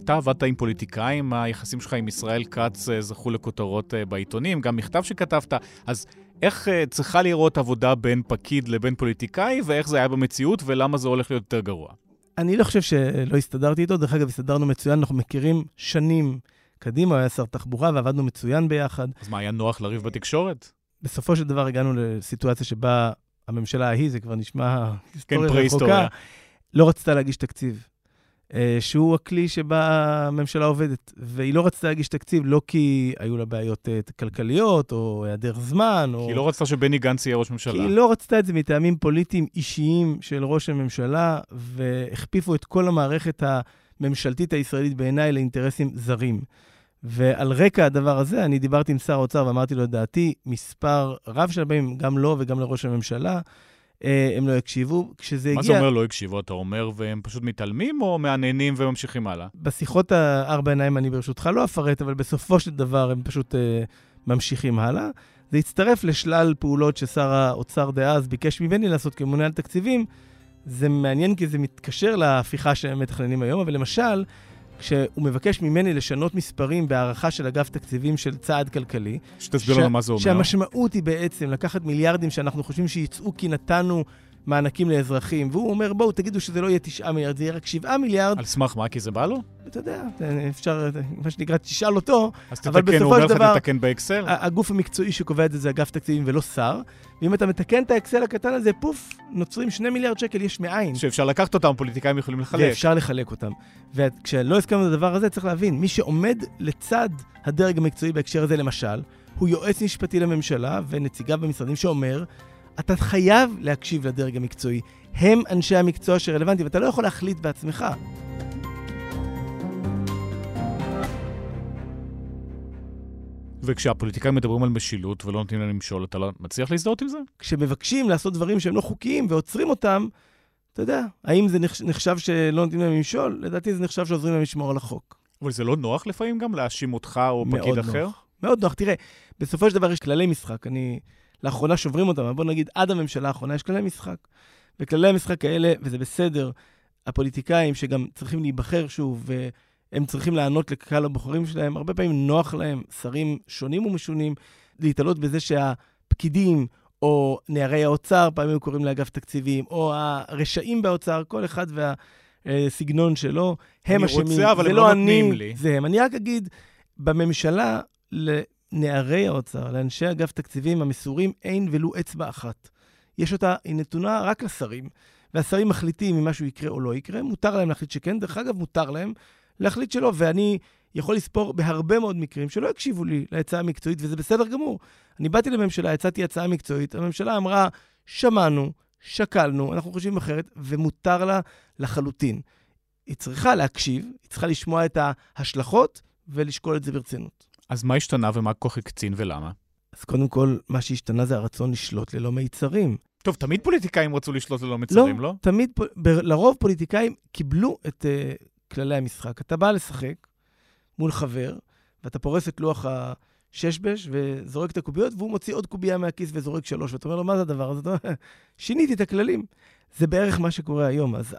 אתה עבדת עם פוליטיקאים, היחסים שלך עם ישראל כץ זכו לכותרות בעיתונים, גם מכתב שכתבת, אז איך צריכה לראות עבודה בין פקיד לבין פוליטיקאי, ואיך זה היה במציאות, ולמה זה הולך להיות יותר גרוע? אני לא חושב שלא הסתדרתי איתו, דרך אגב, הסתדרנו מצוין, אנחנו מכירים שנים קדימה, הוא היה שר תחבורה ועבדנו מצוין ביחד. אז מה, היה נוח לריב בתקשורת? בסופו של דבר הגענו לסיטואציה שבה הממשלה ההיא, זה כבר נשמע היסטוריה כן, רחוקה, לא רצתה להגיש תקציב. שהוא הכלי שבה הממשלה עובדת, והיא לא רצתה להגיש תקציב, לא כי היו לה בעיות כלכליות, או היעדר זמן, או... כי היא לא רצתה שבני גנץ יהיה ראש ממשלה. כי היא לא רצתה את זה מטעמים פוליטיים אישיים של ראש הממשלה, והכפיפו את כל המערכת הממשלתית הישראלית בעיניי לאינטרסים זרים. ועל רקע הדבר הזה, אני דיברתי עם שר האוצר ואמרתי לו, דעתי, מספר רב של בהם, גם לו וגם לראש הממשלה, הם לא יקשיבו. כשזה מה הגיע... זה אומר לא יקשיבו? אתה אומר והם פשוט מתעלמים או מעניינים וממשיכים הלאה? בשיחות הארבע עיניים אני ברשותך לא אפרט, אבל בסופו של דבר הם פשוט uh, ממשיכים הלאה. זה הצטרף לשלל פעולות ששר האוצר דאז ביקש ממני לעשות כממונה על תקציבים. זה מעניין כי זה מתקשר להפיכה שהם מתכננים היום, אבל למשל, כשהוא מבקש ממני לשנות מספרים בהערכה של אגף תקציבים של צעד כלכלי, שתסביר ש... לנו מה זה אומר. שהמשמעות היא בעצם לקחת מיליארדים שאנחנו חושבים שיצאו כי נתנו מענקים לאזרחים, והוא אומר, בואו תגידו שזה לא יהיה תשעה מיליארד, זה יהיה רק שבעה מיליארד. על סמך מה? כי זה בא לו? אתה יודע, אפשר, מה שנקרא, תשאל אותו, אז אבל תתקן, הוא אומר לך תתקן באקסל? הגוף המקצועי שקובע את זה זה אגף תקציבים ולא שר, ואם אתה מתקן את האקסל הקטן הזה, פוף, נוצרים שני מיליארד שקל, יש מאין. שאפשר לקחת אותם, פוליטיקאים יכולים לחלק. ואפשר לחלק אותם. וכשלא הסכמנו את הדבר הזה, צריך להבין, מי שעומד לצד הדרג המקצועי בהקשר הזה, למשל, הוא יועץ משפטי לממשלה ונציגיו במשרדים שאומר, אתה חייב להקשיב לדרג המקצועי. הם אנשי המקצוע שרלוונטי, ואתה לא יכול להחליט בעצמך. וכשהפוליטיקאים מדברים על משילות ולא נותנים להם למשול, אתה לא מצליח להזדהות עם זה? כשמבקשים לעשות דברים שהם לא חוקיים ועוצרים אותם, אתה יודע, האם זה נחשב שלא נותנים להם למשול? לדעתי זה נחשב שעוזרים להם לשמור על החוק. אבל זה לא נוח לפעמים גם להאשים אותך או פקיד אחר? נוח. מאוד נוח. תראה, בסופו של דבר יש כללי משחק. אני... לאחרונה שוברים אותם, אבל בוא נגיד, עד הממשלה האחרונה יש כללי משחק. וכללי המשחק האלה, וזה בסדר, הפוליטיקאים שגם צריכים להיבחר שוב, והם צריכים לענות לקהל הבוחרים שלהם, הרבה פעמים נוח להם, שרים שונים ומשונים, להתעלות בזה שהפקידים, או נערי האוצר, פעמים קוראים לאגף תקציבים, או הרשעים באוצר, כל אחד והסגנון שלו, הם אשמים. אני רוצה, אבל הם לא נותנים לי. זה הם. אני רק אגיד, בממשלה, נערי האוצר, לאנשי אגף תקציבים המסורים, אין ולו אצבע אחת. יש אותה, היא נתונה רק לשרים, והשרים מחליטים אם משהו יקרה או לא יקרה, מותר להם להחליט שכן, דרך אגב מותר להם להחליט שלא, ואני יכול לספור בהרבה מאוד מקרים שלא הקשיבו לי להצעה המקצועית, וזה בסדר גמור. אני באתי לממשלה, הצעתי הצעה מקצועית, הממשלה אמרה, שמענו, שקלנו, אנחנו חושבים אחרת, ומותר לה לחלוטין. היא צריכה להקשיב, היא צריכה לשמוע את ההשלכות, ולשקול את זה ברצינות. אז מה השתנה ומה כוח הקצין ולמה? אז קודם כל, מה שהשתנה זה הרצון לשלוט ללא מיצרים. טוב, תמיד פוליטיקאים רצו לשלוט ללא מיצרים, לא? לא, תמיד, ב- לרוב פוליטיקאים קיבלו את uh, כללי המשחק. אתה בא לשחק מול חבר, ואתה פורס את לוח הששבש וזורק את הקוביות, והוא מוציא עוד קובייה מהכיס וזורק שלוש, ואתה אומר לו, מה זה הדבר הזה? אתה אומר, שיניתי את הכללים. זה בערך מה שקורה היום. אז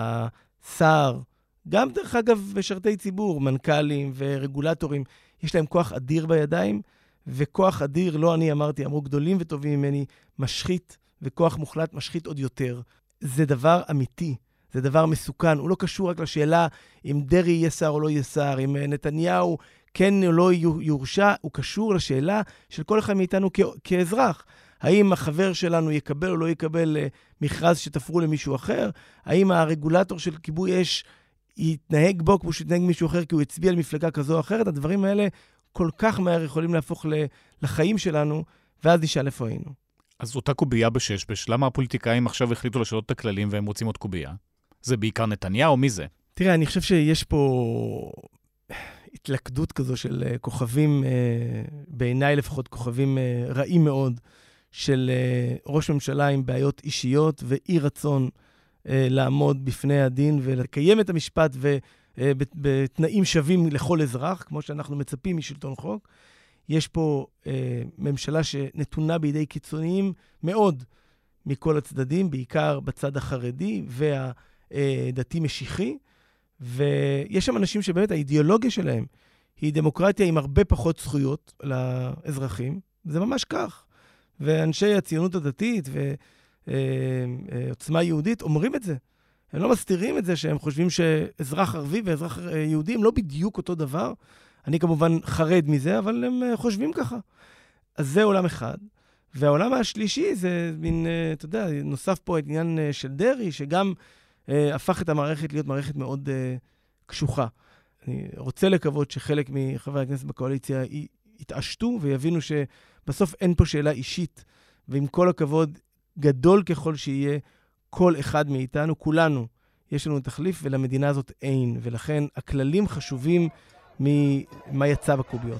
השר, גם דרך אגב משרתי ציבור, מנכ"לים ורגולטורים, יש להם כוח אדיר בידיים, וכוח אדיר, לא אני אמרתי, אמרו גדולים וטובים ממני, משחית, וכוח מוחלט משחית עוד יותר. זה דבר אמיתי, זה דבר מסוכן, הוא לא קשור רק לשאלה אם דרי יהיה שר או לא יהיה שר, אם נתניהו כן או לא יורשע, הוא קשור לשאלה של כל אחד מאיתנו כ- כאזרח. האם החבר שלנו יקבל או לא יקבל מכרז שתפרו למישהו אחר? האם הרגולטור של כיבוי אש יתנהג בו כמו שיתנהג מישהו אחר כי הוא הצביע על מפלגה כזו או אחרת? הדברים האלה כל כך מהר יכולים להפוך לחיים שלנו, ואז נשאל איפה היינו. אז אותה קובייה בששבש, למה הפוליטיקאים עכשיו החליטו לשנות את הכללים והם רוצים עוד קובייה? זה בעיקר נתניהו או מי זה? תראה, אני חושב שיש פה התלכדות כזו של כוכבים, בעיניי לפחות כוכבים רעים מאוד, של ראש ממשלה עם בעיות אישיות ואי רצון לעמוד בפני הדין ולקיים את המשפט ובתנאים שווים לכל אזרח, כמו שאנחנו מצפים משלטון חוק. יש פה אה, ממשלה שנתונה בידי קיצוניים מאוד מכל הצדדים, בעיקר בצד החרדי והדתי משיחי, ויש שם אנשים שבאמת האידיאולוגיה שלהם היא דמוקרטיה עם הרבה פחות זכויות לאזרחים, זה ממש כך. ואנשי הציונות הדתית ועוצמה יהודית אומרים את זה. הם לא מסתירים את זה שהם חושבים שאזרח ערבי ואזרח יהודי הם לא בדיוק אותו דבר. אני כמובן חרד מזה, אבל הם חושבים ככה. אז זה עולם אחד. והעולם השלישי זה מין, אתה יודע, נוסף פה את עניין של דרי, שגם הפך את המערכת להיות מערכת מאוד קשוחה. אני רוצה לקוות שחלק מחברי הכנסת בקואליציה יתעשתו ויבינו שבסוף אין פה שאלה אישית, ועם כל הכבוד גדול ככל שיהיה, כל אחד מאיתנו, כולנו, יש לנו תחליף ולמדינה הזאת אין, ולכן הכללים חשובים ממה יצא בקוביות.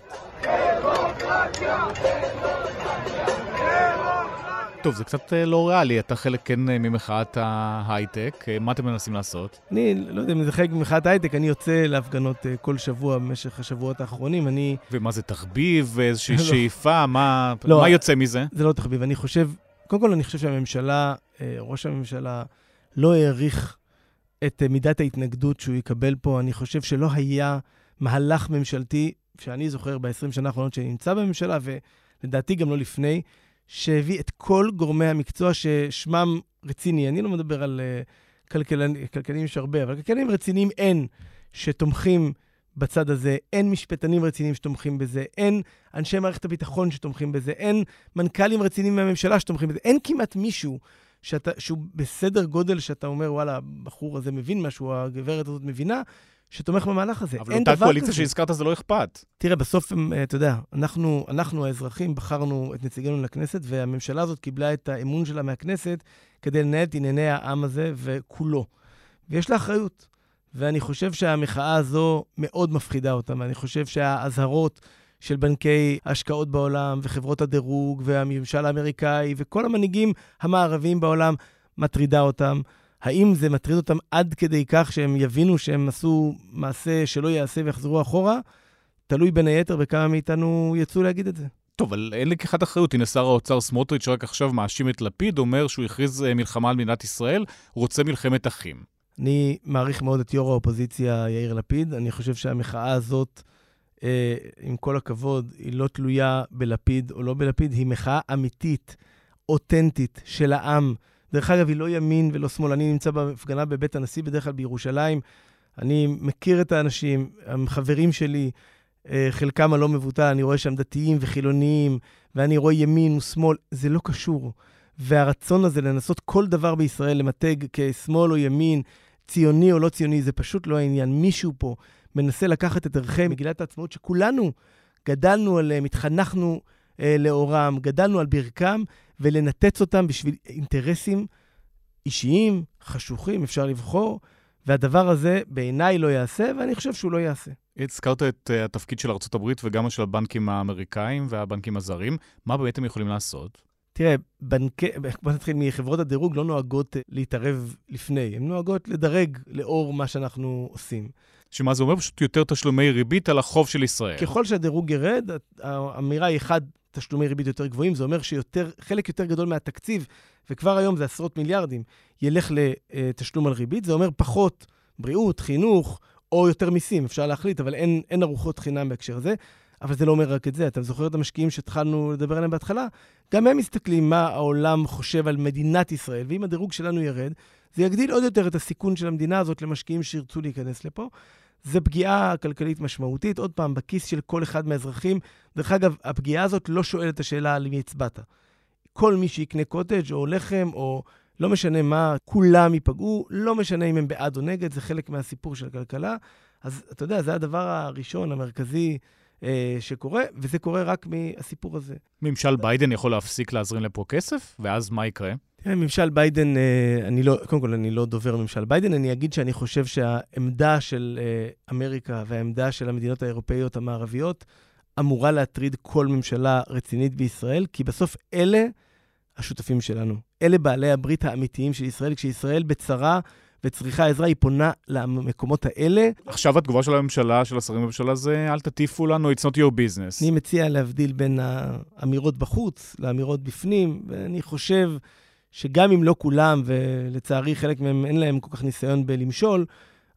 טוב, זה קצת לא ריאלי, אתה חלק כן ממחאת ההייטק, מה אתם מנסים לעשות? אני לא יודע אם זה חלק ממחאת ההייטק, אני יוצא להפגנות כל שבוע במשך השבועות האחרונים, אני... ומה זה תחביב, איזושהי שאיפה, מה יוצא מזה? זה לא תחביב, אני חושב, קודם כל אני חושב שהממשלה, ראש הממשלה, לא העריך את מידת ההתנגדות שהוא יקבל פה, אני חושב שלא היה מהלך ממשלתי, שאני זוכר ב-עשרים שנה האחרונות שאני נמצא בממשלה, ולדעתי גם לא לפני, שהביא את כל גורמי המקצוע ששמם רציני. אני לא מדבר על uh, כלכלנים, כלכלנים יש הרבה, אבל כלכלנים רציניים אין שתומכים בצד הזה, אין משפטנים רציניים שתומכים בזה, אין אנשי מערכת הביטחון שתומכים בזה, אין מנכ"לים רציניים מהממשלה שתומכים בזה, אין כמעט מישהו שאתה, שהוא בסדר גודל שאתה אומר, וואלה, הבחור הזה מבין משהו, הגברת הזאת מבינה, שתומך במהלך הזה. אבל אותה קואליציה שהזכרת זה לא אכפת. תראה, בסוף, אתה יודע, אנחנו, אנחנו האזרחים בחרנו את נציגינו לכנסת, והממשלה הזאת קיבלה את האמון שלה מהכנסת כדי לנהל את ענייני העם הזה וכולו. ויש לה אחריות. ואני חושב שהמחאה הזו מאוד מפחידה אותם, ואני חושב שההזהרות של בנקי ההשקעות בעולם וחברות הדירוג והממשל האמריקאי וכל המנהיגים המערביים בעולם מטרידה אותם. האם זה מטריד אותם עד כדי כך שהם יבינו שהם עשו מעשה שלא יעשה ויחזרו אחורה? תלוי בין היתר בכמה מאיתנו יצאו להגיד את זה. טוב, אבל אין לקיחת אחריות. הנה שר האוצר סמוטריץ' שרק עכשיו מאשים את לפיד, אומר שהוא הכריז מלחמה על מדינת ישראל, הוא רוצה מלחמת אחים. אני מעריך מאוד את יו"ר האופוזיציה יאיר לפיד. אני חושב שהמחאה הזאת, אה, עם כל הכבוד, היא לא תלויה בלפיד או לא בלפיד, היא מחאה אמיתית, אותנטית של העם. דרך אגב, היא לא ימין ולא שמאל. אני נמצא בהפגנה בבית הנשיא, בדרך כלל בירושלים. אני מכיר את האנשים, הם חברים שלי, חלקם הלא מבוטל, אני רואה שם דתיים וחילוניים, ואני רואה ימין ושמאל. זה לא קשור. והרצון הזה לנסות כל דבר בישראל למתג כשמאל או ימין, ציוני או לא ציוני, זה פשוט לא העניין. מישהו פה מנסה לקחת את ערכי מגילת העצמאות שכולנו גדלנו עליהם, התחנכנו אה, לאורם, גדלנו על ברכם, ולנתץ אותם בשביל אינטרסים אישיים, חשוכים, אפשר לבחור, והדבר הזה בעיניי לא יעשה, ואני חושב שהוא לא יעשה. הזכרת את uh, התפקיד של ארצות הברית וגם של הבנקים האמריקאים והבנקים הזרים. מה באמת הם יכולים לעשות? תראה, בנקי, בוא נתחיל מחברות הדירוג, לא נוהגות להתערב לפני, הן נוהגות לדרג לאור מה שאנחנו עושים. שמה זה אומר? פשוט יותר תשלומי ריבית על החוב של ישראל. ככל שהדירוג ירד, האמירה היא אחד, תשלומי ריבית יותר גבוהים, זה אומר שיותר, חלק יותר גדול מהתקציב, וכבר היום זה עשרות מיליארדים, ילך לתשלום על ריבית, זה אומר פחות בריאות, חינוך, או יותר מיסים, אפשר להחליט, אבל אין, אין ארוחות חינם בהקשר הזה, אבל זה לא אומר רק את זה. אתה זוכר את המשקיעים שהתחלנו לדבר עליהם בהתחלה? גם הם מסתכלים מה העולם חושב על מדינת ישראל, ואם הדירוג שלנו ירד, זה יגדיל עוד יותר את הסיכון של המדינה הזאת למשקיעים שירצו להיכנס לפה. זה פגיעה כלכלית משמעותית, עוד פעם, בכיס של כל אחד מהאזרחים. דרך אגב, הפגיעה הזאת לא שואלת את השאלה על מי הצבעת. כל מי שיקנה קוטג' או לחם, או לא משנה מה, כולם ייפגעו, לא משנה אם הם בעד או נגד, זה חלק מהסיפור של הכלכלה. אז אתה יודע, זה הדבר הראשון, המרכזי אה, שקורה, וזה קורה רק מהסיפור הזה. ממשל ביידן יכול להפסיק להזרים לפה כסף, ואז מה יקרה? ממשל ביידן, אני לא, קודם כל, אני לא דובר ממשל ביידן, אני אגיד שאני חושב שהעמדה של אמריקה והעמדה של המדינות האירופאיות המערביות אמורה להטריד כל ממשלה רצינית בישראל, כי בסוף אלה השותפים שלנו. אלה בעלי הברית האמיתיים של ישראל, כשישראל בצרה וצריכה עזרה, היא פונה למקומות האלה. עכשיו התגובה של הממשלה, של השרים בממשלה, זה אל תטיפו לנו, it's not your business. אני מציע להבדיל בין האמירות בחוץ לאמירות בפנים, ואני חושב שגם אם לא כולם, ולצערי חלק מהם אין להם כל כך ניסיון בלמשול,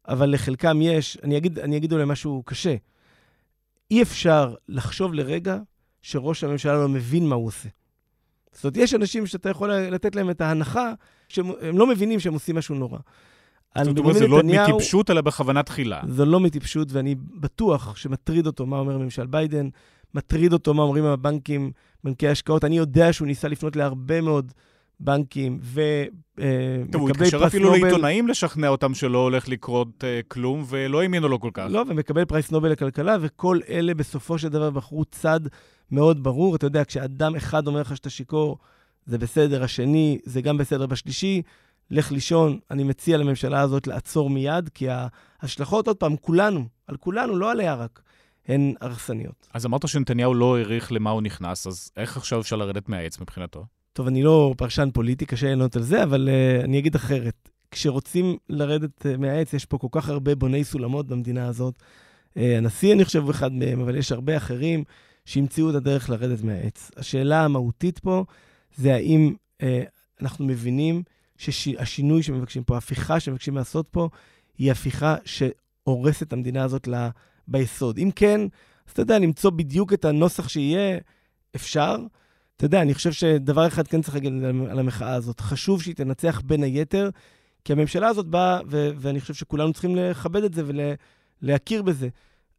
אבל לחלקם יש, אני אגיד, אני אגיד אולי משהו קשה. אי אפשר לחשוב לרגע שראש הממשלה לא מבין מה הוא עושה. זאת אומרת, יש אנשים שאתה יכול לתת להם את ההנחה, שהם לא מבינים שהם עושים משהו נורא. זאת אומרת, זה לא מטיפשות, אלא בכוונת תחילה. זה לא מטיפשות, ואני בטוח שמטריד אותו מה אומר ממשל ביידן, מטריד אותו מה אומרים הבנקים, בנקי ההשקעות. אני יודע שהוא ניסה לפנות להרבה מאוד בנקים, ומקבל פרס נובל. הוא התקשר אפילו לעיתונאים לשכנע אותם שלא הולך לקרות כלום, ולא האמינו לו כל כך. לא, ומקבל פרס נובל לכלכלה, וכל אלה בסופו של דבר בחרו צד מאוד ברור. אתה יודע, כשאדם אחד אומר לך שאתה שיקור, זה בסדר, השני, זה גם בסדר בשלישי, לך לישון. אני מציע לממשלה הזאת לעצור מיד, כי ההשלכות, עוד פעם, כולנו, על כולנו, לא עליה רק, הן הרסניות. אז אמרת שנתניהו לא העריך למה הוא נכנס, אז איך עכשיו אפשר לרדת מהעץ מבחינתו? טוב, אני לא פרשן פוליטי, קשה לענות על זה, אבל uh, אני אגיד אחרת. כשרוצים לרדת uh, מהעץ, יש פה כל כך הרבה בוני סולמות במדינה הזאת. Uh, הנשיא, אני חושב, הוא אחד מהם, אבל יש הרבה אחרים שהמציאו את הדרך לרדת מהעץ. השאלה המהותית פה זה האם uh, אנחנו מבינים שהשינוי שמבקשים פה, ההפיכה שמבקשים לעשות פה, היא הפיכה שהורסת את המדינה הזאת לה, ביסוד. אם כן, אז אתה יודע, למצוא בדיוק את הנוסח שיהיה אפשר. אתה יודע, אני חושב שדבר אחד כן צריך להגיד על המחאה הזאת. חשוב שהיא תנצח בין היתר, כי הממשלה הזאת באה, ו- ואני חושב שכולנו צריכים לכבד את זה ולהכיר בזה.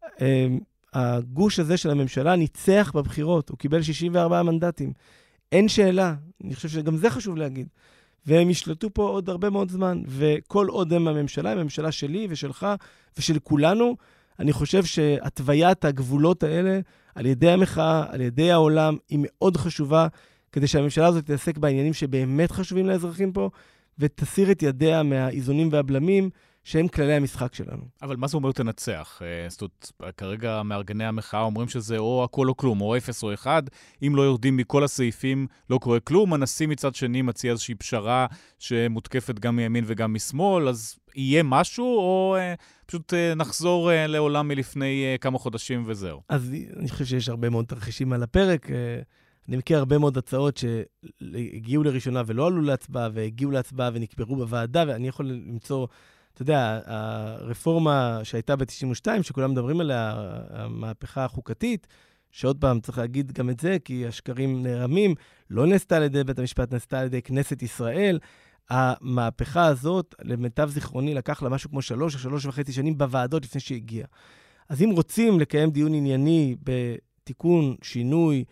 הגוש הזה של הממשלה ניצח בבחירות, הוא קיבל שישים וארבעה מנדטים. אין שאלה, אני חושב שגם זה חשוב להגיד. והם ישלטו פה עוד הרבה מאוד זמן, וכל עוד הם הממשלה, הממשלה שלי ושלך ושל כולנו, אני חושב שהתוויית הגבולות האלה, על ידי המחאה, על ידי העולם, היא מאוד חשובה, כדי שהממשלה הזאת תעסק בעניינים שבאמת חשובים לאזרחים פה, ותסיר את ידיה מהאיזונים והבלמים, שהם כללי המשחק שלנו. אבל מה זה אומר תנצח? זאת אומרת, כרגע מארגני המחאה אומרים שזה או הכל או כלום, או אפס או אחד. אם לא יורדים מכל הסעיפים, לא קורה כלום. הנשיא מצד שני מציע איזושהי פשרה שמותקפת גם מימין וגם משמאל, אז יהיה משהו, או אה, פשוט אה, נחזור אה, לעולם מלפני אה, כמה חודשים וזהו? אז אני חושב שיש הרבה מאוד תרחישים על הפרק. אה, אני מכיר הרבה מאוד הצעות שהגיעו לראשונה ולא עלו להצבעה, והגיעו להצבעה ונקברו בוועדה, ואני יכול למצוא... אתה יודע, הרפורמה שהייתה ב-תשעים ושתיים, שכולם מדברים עליה, המהפכה החוקתית, שעוד פעם צריך להגיד גם את זה, כי השקרים נערמים, לא נעשתה על ידי בית המשפט, נעשתה על ידי כנסת ישראל. המהפכה הזאת, למיטב זיכרוני, לקח לה משהו כמו שלוש או שלוש וחצי שנים בוועדות לפני שהגיעה. אז אם רוצים לקיים דיון ענייני בתיקון, שינוי,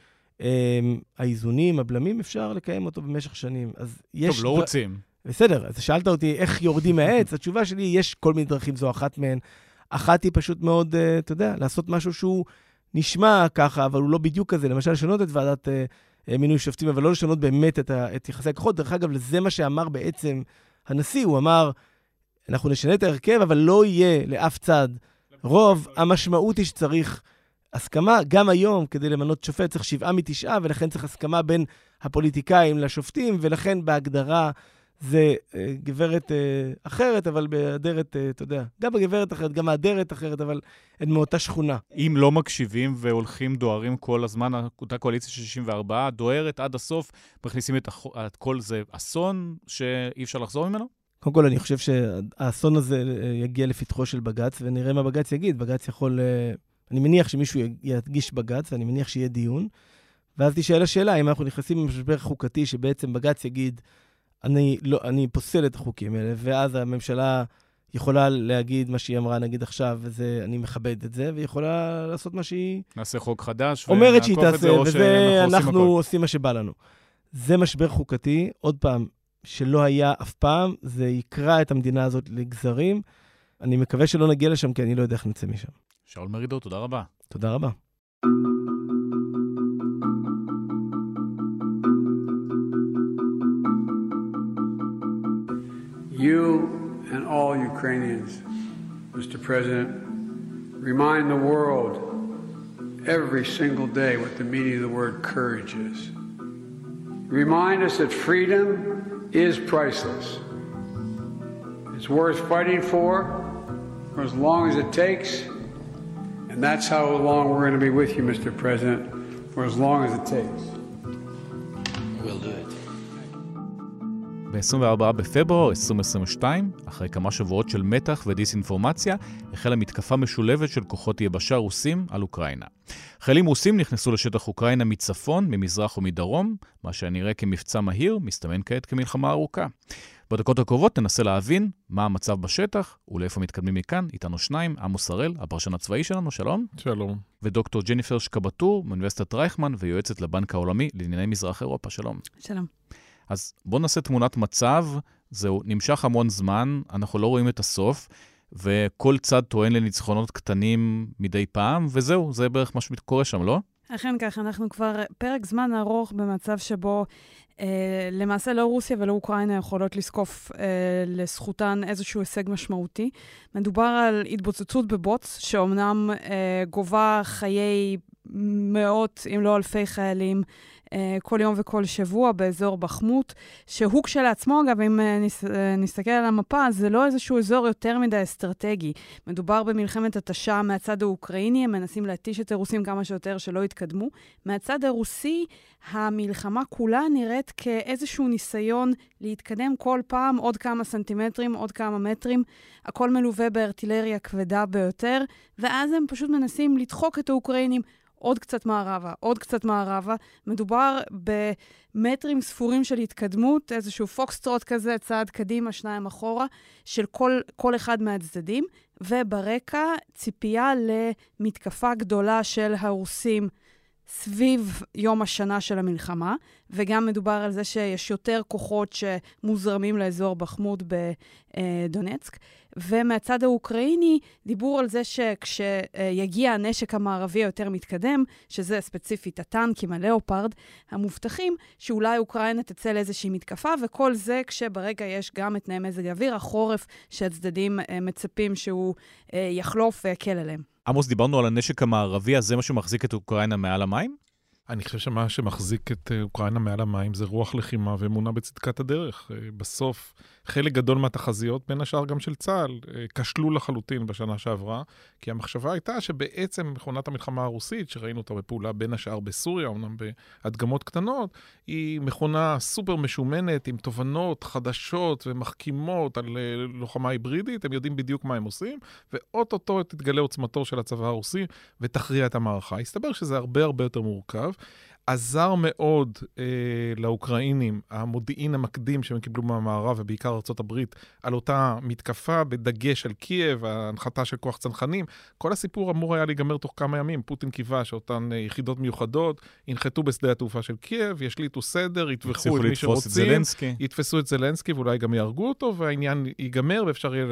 האיזונים, הבלמים, אפשר לקיים אותו במשך שנים. אז יש... טוב, לא רוצים. בסדר, אז שאלת אותי איך יורדים מהעץ, התשובה שלי, יש כל מיני דרכים, זו אחת מהן. אחת היא פשוט מאוד, אתה יודע, לעשות משהו שהוא נשמע ככה, אבל הוא לא בדיוק כזה. למשל, לשנות את ועדת מינוי שופטים, אבל לא לשנות באמת את, את יחסי הכוחות. דרך אגב, לזה מה שאמר בעצם הנשיא, הוא אמר, אנחנו נשנה את ההרכב, אבל לא יהיה לאף צד רוב. המשמעות היא שצריך הסכמה, גם היום, כדי למנות שופט, צריך שבעה מתשעה, ולכן צריך הסכמה בין הפוליטיקאים לשופטים, ולכן בהגדרה זה גברת אחרת, אבל באדרת, אתה יודע, גם בגברת אחרת, גם באדרת אחרת, אבל הן מאותה שכונה. אם לא מקשיבים והולכים דוהרים כל הזמן, אותה קואליציה של שישים וארבע, דוהרת עד הסוף, מכניסים את כל זה אסון שאי אפשר לחזור ממנו? קודם כל, אני חושב שהאסון הזה יגיע לפתחו של בגץ, ונראה מה בגץ יגיד. בגץ יכול, אני מניח שמישהו יגיש בגץ, ואני מניח שיהיה דיון, ואז תשאל השאלה, אם אנחנו נכנסים במשבר חוקתי, שבעצם בגץ יגיד, אני, לא, אני פוסל את החוקים האלה, ואז הממשלה יכולה להגיד מה שהיא אמרה, נגיד עכשיו, וזה, אני מכבד את זה, ויכולה לעשות מה שהיא... נעשה חוק חדש, אומרת שהיא תעשה, וזה אנחנו עושים מה שבא לנו. זה משבר חוקתי, עוד פעם, שלא היה אף פעם, זה יקרא את המדינה הזאת לגזרים. אני מקווה שלא נגיע לשם, כי אני לא יודע איך נצא משם. שאול מרידור, תודה רבה. תודה רבה. You and all Ukrainians, Mister President, remind the world every single day what the meaning of the word courage is. Remind us that freedom is priceless. It's worth fighting for for as long as it takes, and that's how long we're going to be with you, Mister President, for as long as it takes. We'll do it. ב-עשרים וארבעה בפברואר עשרים עשרים ושתיים, אחרי כמה שבועות של מתח ודיסאינפורמציה, החלה מתקפה משולבת של כוחות יבשה רוסים על אוקראינה. חיילים רוסים נכנסו לשטח אוקראינה מצפון, ממזרח ומדרום, מה שנראה כמבצע מהיר, מסתמן כעת כמלחמה ארוכה. בדקות הקרובות ננסה להבין מה המצב בשטח ולאיפה מתקדמים מכאן. איתנו שניים, עמוס הראל, הפרשן הצבאי שלנו, שלום. שלום. ודוקטור ג'ניפר שקבטור, מאוניברסיטת רייכמן ויועצת לבנק העולמי לענייני מזרח אירופה, שלום. שלום. אז בואו נעשה תמונת מצב, זהו נמשך המון זמן, אנחנו לא רואים את הסוף, וכל צד טוען לניצחונות קטנים מדי פעם, וזהו, זה בערך מה שקורה שם, לא? אכן כך, אנחנו כבר פרק זמן ארוך במצב שבו אה, למעשה לא רוסיה ולא אוקראינה יכולות לזקוף אה, לזכותן איזשהו הישג משמעותי. מדובר על התבוצצות בבוץ, שאומנם אה, גובה חיי מאות אם לא אלפי חיילים כל יום וכל שבוע באזור בחמות, שהוא כשלעצמו, אגב, אם נס, נסתכל על המפה, זה לא איזשהו אזור יותר מדי אסטרטגי. מדובר במלחמת התשה מהצד האוקראיני, הם מנסים להתיש את הרוסים כמה שיותר שלא יתקדמו. מהצד הרוסי, המלחמה כולה נראית כאיזשהו ניסיון להתקדם כל פעם עוד כמה סנטימטרים, עוד כמה מטרים. הכל מלווה בארטילריה כבדה ביותר, ואז הם פשוט מנסים לדחוק את האוקראינים עוד קצת מערבה, עוד קצת מערבה. מדובר במטרים ספורים של התקדמות, איזשהו פוקסטרוט כזה, צעד קדימה, שניים אחורה, של כל, כל אחד מהצדדים, וברקע ציפייה למתקפה גדולה של הרוסים סביב יום השנה של המלחמה, וגם מדובר על זה שיש יותר כוחות שמוזרמים לאזור בחמוד בדונצק, ומהצד האוקראיני דיבור על זה שכשיגיע הנשק המערבי יותר מתקדם, שזה ספציפית הטנקים, הלאופרד, המובטחים, שאולי אוקראינה תצא לאיזושהי מתקפה, וכל זה כשברגע יש גם את תנאי מזג האוויר, החורף שהצדדים מצפים שהוא יחלוף ויקל עליהם. עמוס, דיברנו על הנשק המערבי, אז זה מה שמחזיק את אוקראינה מעל המים? אני חושב שמה שמחזיק את אוקראינה מעל המים זה רוח לחימה ואמונה בצדקת הדרך. בסוף, חלק גדול מהתחזיות, בין השאר גם של צה"ל, כשלו לחלוטין בשנה שעברה, כי המחשבה הייתה שבעצם מכונת המלחמה הרוסית, שראינו אותה בפעולה בין השאר בסוריה, אומנם בהדגמות קטנות, היא מכונה סופר משומנת, עם תובנות חדשות ומחכימות על לוחמה היברידית, הם יודעים בדיוק מה הם עושים, ואוטוטו תתגלה עוצמתו של הצבא הרוסי ותכריע את המערכה. הסתבר שזה הרבה הרבה יותר מורכב. עזר מאוד אה, לאוקראינים, המודיעין המקדים שהם קיבלו מהמערב, ובעיקר ארצות הברית, על אותה מתקפה בדגש על קייב, ההנחתה של כוח צנחנים. כל הסיפור אמור היה להיגמר תוך כמה ימים. פוטין קיווה שאותן יחידות מיוחדות ינחתו בשדה התעופה של קייב, ישליטו סדר, יתווכחו את מי שרוצים, יתפסו את זלנסקי ואולי גם יהרגו אותו, והעניין ייגמר ואפשר יהיה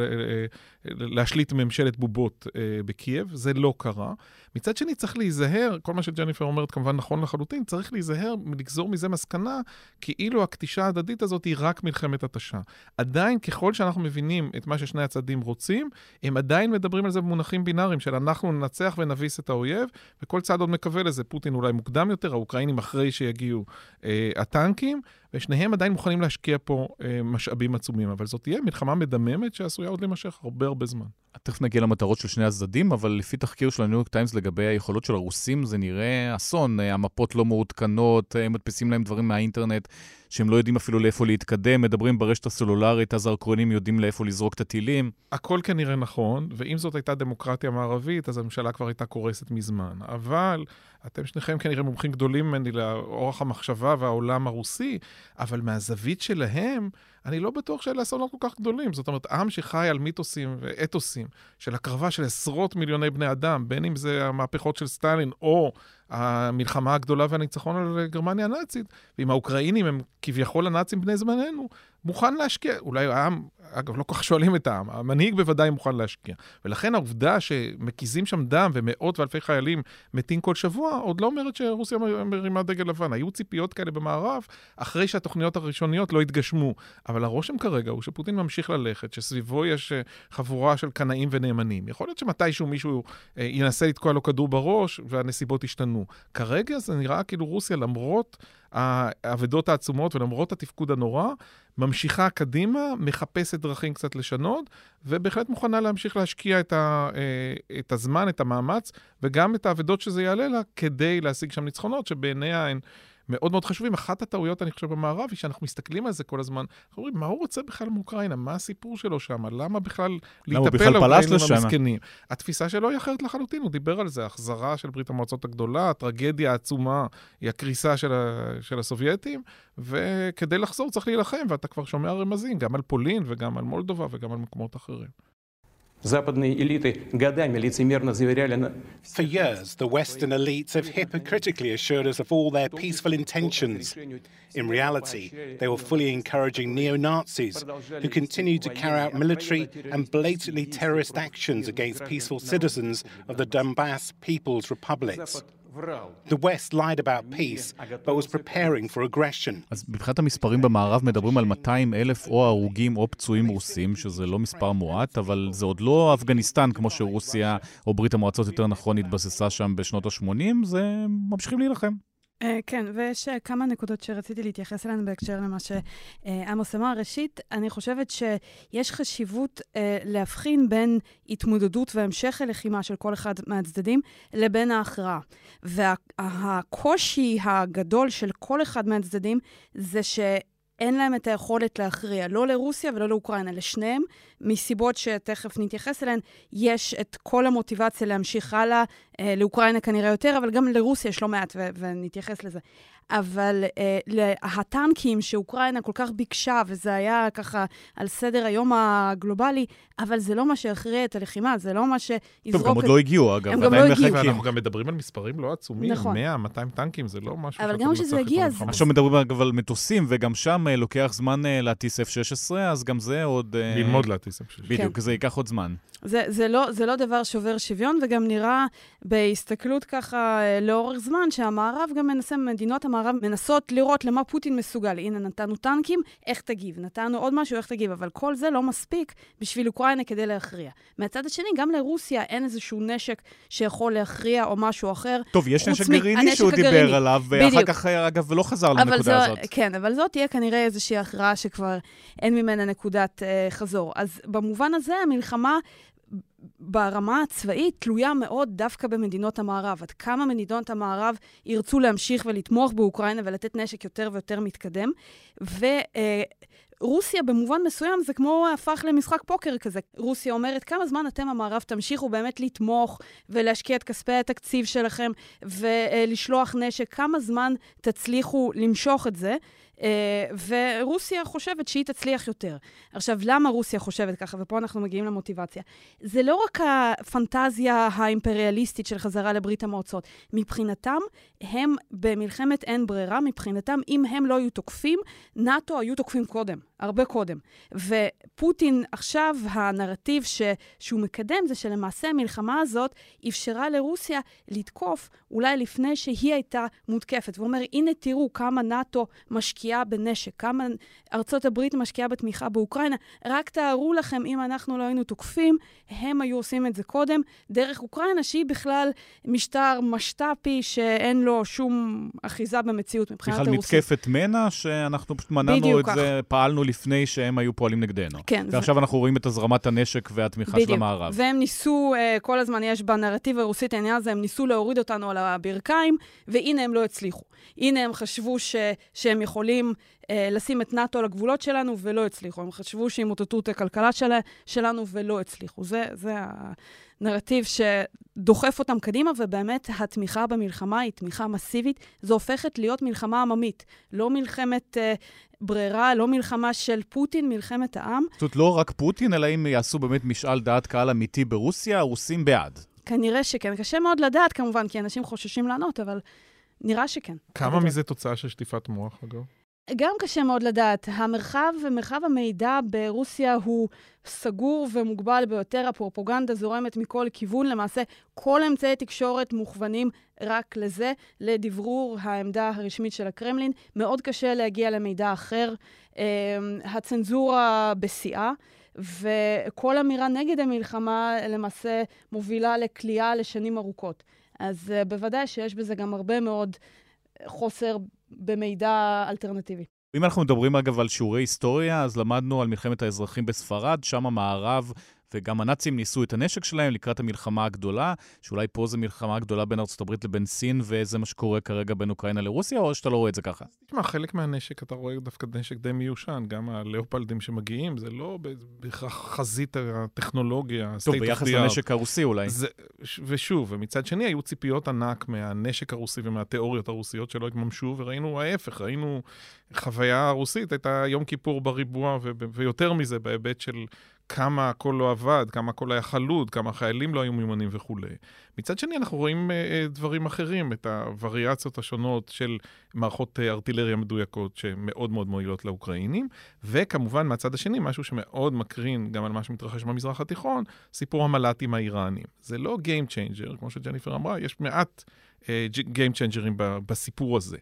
להשליט ממשלת בובות אה, בקייב. זה לא קרה. מצד שני צריך להיזהר, כל מה שג'ניפר אומרת כמובן נכון לחלוטין, צריך להיזהר מלגזור מזה מסקנה, כאילו הקטישה ההדדית הזאת היא רק מלחמת התשה. עדיין, ככל שאנחנו מבינים את מה ששני הצדדים רוצים, הם עדיין מדברים על זה במונחים בינאריים, של אנחנו ננצח ונביס את האויב, וכל צד עוד מקווה לזה, פוטין אולי מוקדם יותר, האוקראינים אחרי שיגיעו אה, הטנקים, ושניהם עדיין מוכנים להשקיע פה אה, משאבים עצומים, אבל זאת תהיה מלחמה מדממת שעשויה עוד להימשך הרבה הרבה זמן. תכף נגיע למטרות של שני הצדדים, אבל לפי תחקיר של הניו יורק טיימס לגבי היכולות של הרוסים, זה נראה אסון. המפות לא מעודכנות, הם מדפיסים להם דברים מהאינטרנט, שהם לא יודעים אפילו לאיפה להתקדם, מדברים ברשת הסלולרית, אז הזרקורנים יודעים לאיפה לזרוק את הטילים. הכל כנראה נכון, ואם זאת הייתה דמוקרטיה מערבית, אז הממשלה כבר הייתה קורסת מזמן. אבל אתם שניכם כנראה מומחים גדולים ממני לאורח המחשבה והעולם הרוסי, אבל מהזווית שלהם, אני לא בטוח שאלה אסונות כל כך גדולים. זאת אומרת, עם שחי על מיתוסים ואתוסים של הקרבה של עשרות מיליוני בני אדם, בין אם זה המהפכות של סטלין או המלחמה הגדולה והניצחון על גרמניה הנאצית, ואם האוקראינים הם כביכול הנאצים בני זמננו, מוכן להשקיע. אולי העם, אגב, לא כל כך שואלים את העם, המנהיג בוודאי מוכן להשקיע. ולכן העובדה שמקיזים שם דם ומאות ואלפי חיילים מתים כל שבוע, עוד לא אומרת שרוסיה מרימה דגל לבן. היו ציפיות כאלה במערב, אחרי שהתוכניות הראשוניות לא התגשמו. אבל הרושם כרגע הוא שפוטין ממשיך ללכת, שסביבו יש חבורה של קנאים ונאמנים. יכול להיות שמתישהו מישהו ינסה לתקוע לו כדור בראש, והנסיבות ישתנו. כרגע זה נראה כאילו רוסיה, למרות העבדות העצומות ולמרות התפקוד הנורא, ממשיכה קדימה, מחפשת דרכים קצת לשנות, ובהחלט מוכנה להמשיך להשקיע את, ה, את הזמן, את המאמץ, וגם את העבדות שזה יעלה לה, כדי להשיג שם ניצחונות, שבעיניה הן מאוד מאוד חשובים. אחת הטעויות, אני חושב, במערב, היא שאנחנו מסתכלים על זה כל הזמן, אנחנו אומרים, מה הוא רוצה בכלל מאוקראינה? מה הסיפור שלו שם? למה בכלל להתאפל לאוקראינים המסכנים? התפיסה שלו היא אחרת לחלוטין, הוא דיבר על זה, החזרה של ברית המועצות הגדולה, הטרגדיה העצומה, היא הקריסה של, ה... של הסובייטים, וכדי לחזור צריך להילחם, ואתה כבר שומע רמזים, גם על פולין וגם על מולדובה וגם על מקומות אחרים. Западные элиты годами лицемерно заверяли... For years, the Western elites have hypocritically assured us of all their peaceful intentions. In reality, they were fully encouraging neo-Nazis who continued to carry out military and blatantly terrorist actions against peaceful citizens of the Donbass People's Republics. The West lied about peace, but was preparing for aggression. אז מבחינת המספרים במערב מדברים על מאתיים אלף או הרוגים או פצועים רוסים, שזה לא מספר מועט, אבל זה עוד לא אפגניסטן כמו שרוסיה או ברית המועצות יותר נכון התבססה שם בשנות ה-שמונים, זה ממשיכים להילחם. כן, ויש כמה נקודות שרציתי להתייחס אליהן בהקשר למה שעמוס אמר. ראשית, אני חושבת שיש חשיבות להבחין בין התמודדות והמשך הלחימה של כל אחד מהצדדים לבין ההכרעה. והקושי הגדול של כל אחד מהצדדים זה ש... אין להם את היכולת להכריע, לא לרוסיה ולא לאוקראינה, לשניהם, מסיבות שתכף נתייחס אליהן, יש את כל המוטיבציה להמשיך הלאה, אה, לאוקראינה כנראה יותר, אבל גם לרוסיה יש לא מעט, ו- ונתייחס לזה. אבל אה, הטנקים שאוקראינה כל כך ביקשה, וזה היה ככה על סדר היום הגלובלי, אבל זה לא מה שהכריע את הלחימה, זה לא מה שיזרוק... טוב, גם עוד לא הגיעו, אגב. הם גם לא הגיעו. אנחנו גם מדברים על מספרים לא עצומים, נכון. מאה, מאתיים טנקים, זה לא משהו... אבל גם כשזה הגיע... עכשיו מדברים אגב על מטוסים, וגם שם לוקח זמן להטיס אף שש עשרה, אז גם זה עוד... ללמוד להטיס אף שש עשרה. בדיוק, זה ייקח עוד זמן. זה, זה לא, זה לא דבר שובר שוויון, וגם נראה בהסתכלות ככה לאורך זמן, שהמערב גם מנסה, מדינות המערב מנסות לראות למה פוטין מסוגל. הנה, נתנו טנקים, איך תגיב? נתנו עוד משהו, איך תגיב? אבל כל זה לא מספיק בשביל אוקראינה כדי להכריע. מהצד השני, גם לרוסיה אין איזשהו נשק שיכול להכריע או משהו אחר. טוב, יש נשק גרעיני שהוא דיבר הגרעיני. עליו, ואחר כך, אגב, ולא חזר לנקודה זו, הזאת. כן, אבל זאת תהיה כנראה איזושהי הכרעה שכבר אין ממנה נקודת אה, חזור. אז במובן הזה, המלחמה ברמה הצבאית תלויה מאוד דווקא במדינות המערב. עד כמה מדינות המערב ירצו להמשיך ולתמוך באוקראינה ולתת נשק יותר ויותר מתקדם. ורוסיה במובן מסוים זה כמו הפך למשחק פוקר כזה. רוסיה אומרת כמה זמן אתם המערב תמשיכו באמת לתמוך ולהשקיע את כספי התקציב שלכם ולשלוח נשק. כמה זמן תצליחו למשוך את זה. Uh, ורוסיה חושבת שהיא תצליח יותר. עכשיו, למה רוסיה חושבת ככה? ופה אנחנו מגיעים למוטיבציה. זה לא רק הפנטזיה האימפריאליסטית של חזרה לברית המועצות. מבחינתם, הם במלחמת אין ברירה, מבחינתם, אם הם לא היו תוקפים, נאטו היו תוקפים קודם, הרבה קודם. ופוטין עכשיו, הנרטיב ש... שהוא מקדם, זה שלמעשה המלחמה הזאת אפשרה לרוסיה לתקוף אולי לפני שהיא הייתה מותקפת. והוא אומר, הנה תראו כמה נאטו משקיעה בנשק, כמה ארצות הברית משקיעה בתמיכה באוקראינה. רק תארו לכם, אם אנחנו לא היינו תוקפים, הם היו עושים את זה קודם, דרך אוקראינה, שהיא בכלל משטר משטפי, שאין לו שום אחיזה במציאות מבחינת הרוסים. בכלל מתקפת מנה, שאנחנו פשוט מנענו את זה, פעלנו לפני שהם היו פועלים נגדנו. כן. ועכשיו אנחנו רואים את הזרמת הנשק והתמיכה של המערב. והם ניסו, כל הזמן יש בנרטיב הרוסית העניין הזה, הם ניסו להוריד אותנו על הברכיים, והנה הם לא הצליחו. הנה הם חשבו ש... שהם יכולים אה, לשים את נאטו על הגבולות שלנו ולא הצליחו. הם חשבו שימוטטו את הכלכלה של... שלנו ולא הצליחו. זה, זה הנרטיב שדוחף אותם קדימה, ובאמת התמיכה במלחמה היא תמיכה מסיבית. זו הופכת להיות מלחמה עממית. לא מלחמת אה, ברירה, לא מלחמה של פוטין, מלחמת העם. זאת אומרת, לא רק פוטין, אלא אם יעשו באמת משאל דעת קהל אמיתי ברוסיה, הרוסים בעד. כנראה שכן. קשה מאוד לדעת כמובן, כי אנשים חוששים לענות, אבל נראה שכן. כמה מזה תוצאה של שטיפת מוח, אגב? גם קשה מאוד לדעת. המרחב, מרחב המידע ברוסיה הוא סגור ומוגבל ביותר. הפרופוגנדה זורמת מכל כיוון. למעשה, כל אמצעי תקשורת מוכוונים רק לזה, לדברור העמדה הרשמית של הקרמלין. מאוד קשה להגיע למידע אחר. הצנזורה בשיאה, וכל אמירה נגד המלחמה למעשה מובילה לקליעה לשנים ארוכות. אז uh, בוודאי שיש בזה גם הרבה מאוד חוסר במידע אלטרנטיבי. אם אנחנו מדברים אגב על שיעורי היסטוריה, אז למדנו על מלחמת האזרחים בספרד, שם המערב וגם הנאצים ניסו את הנשק שלהם לקראת המלחמה הגדולה, שאולי פה זו מלחמה הגדולה בין ארצות הברית לבין סין, וזה מה שקורה כרגע בין אוקראינה לרוסיה, או שאתה לא רואה את זה ככה? תשמע, חלק מהנשק, אתה רואה דווקא נשק די מיושן, גם הלאופלדים שמגיעים, זה לא בהכרח חזית הטכנולוגיה, טוב, ביחס לנשק הרוסי אולי. זה, ושוב, ומצד שני, היו ציפיות ענק מהנשק הרוסי ומהתיאוריות הרוסיות שלא התממשו, וראינו ההפך, ראינו חוויה הרוסית, הייתה יום כיפור בריבוע, ו- ויותר מזה, בהיבט של כמה הכל לא עבד, כמה הכל היה חלוד, כמה חיילים לא היו מיומנים וכו'. מצד שני, אנחנו רואים uh, דברים אחרים, את הווריאציות השונות של מערכות uh, ארטילריה מדויקות, שמאוד מאוד מועילות לאוקראינים, וכמובן, מהצד השני, משהו שמאוד מקרין גם על מה שמתרחש במזרח התיכון, סיפור המל"טים האיראנים. זה לא Game Changer, כמו שג'ניפר אמרה, יש מעט uh, Game Changer'ים ב- בסיפור הזה.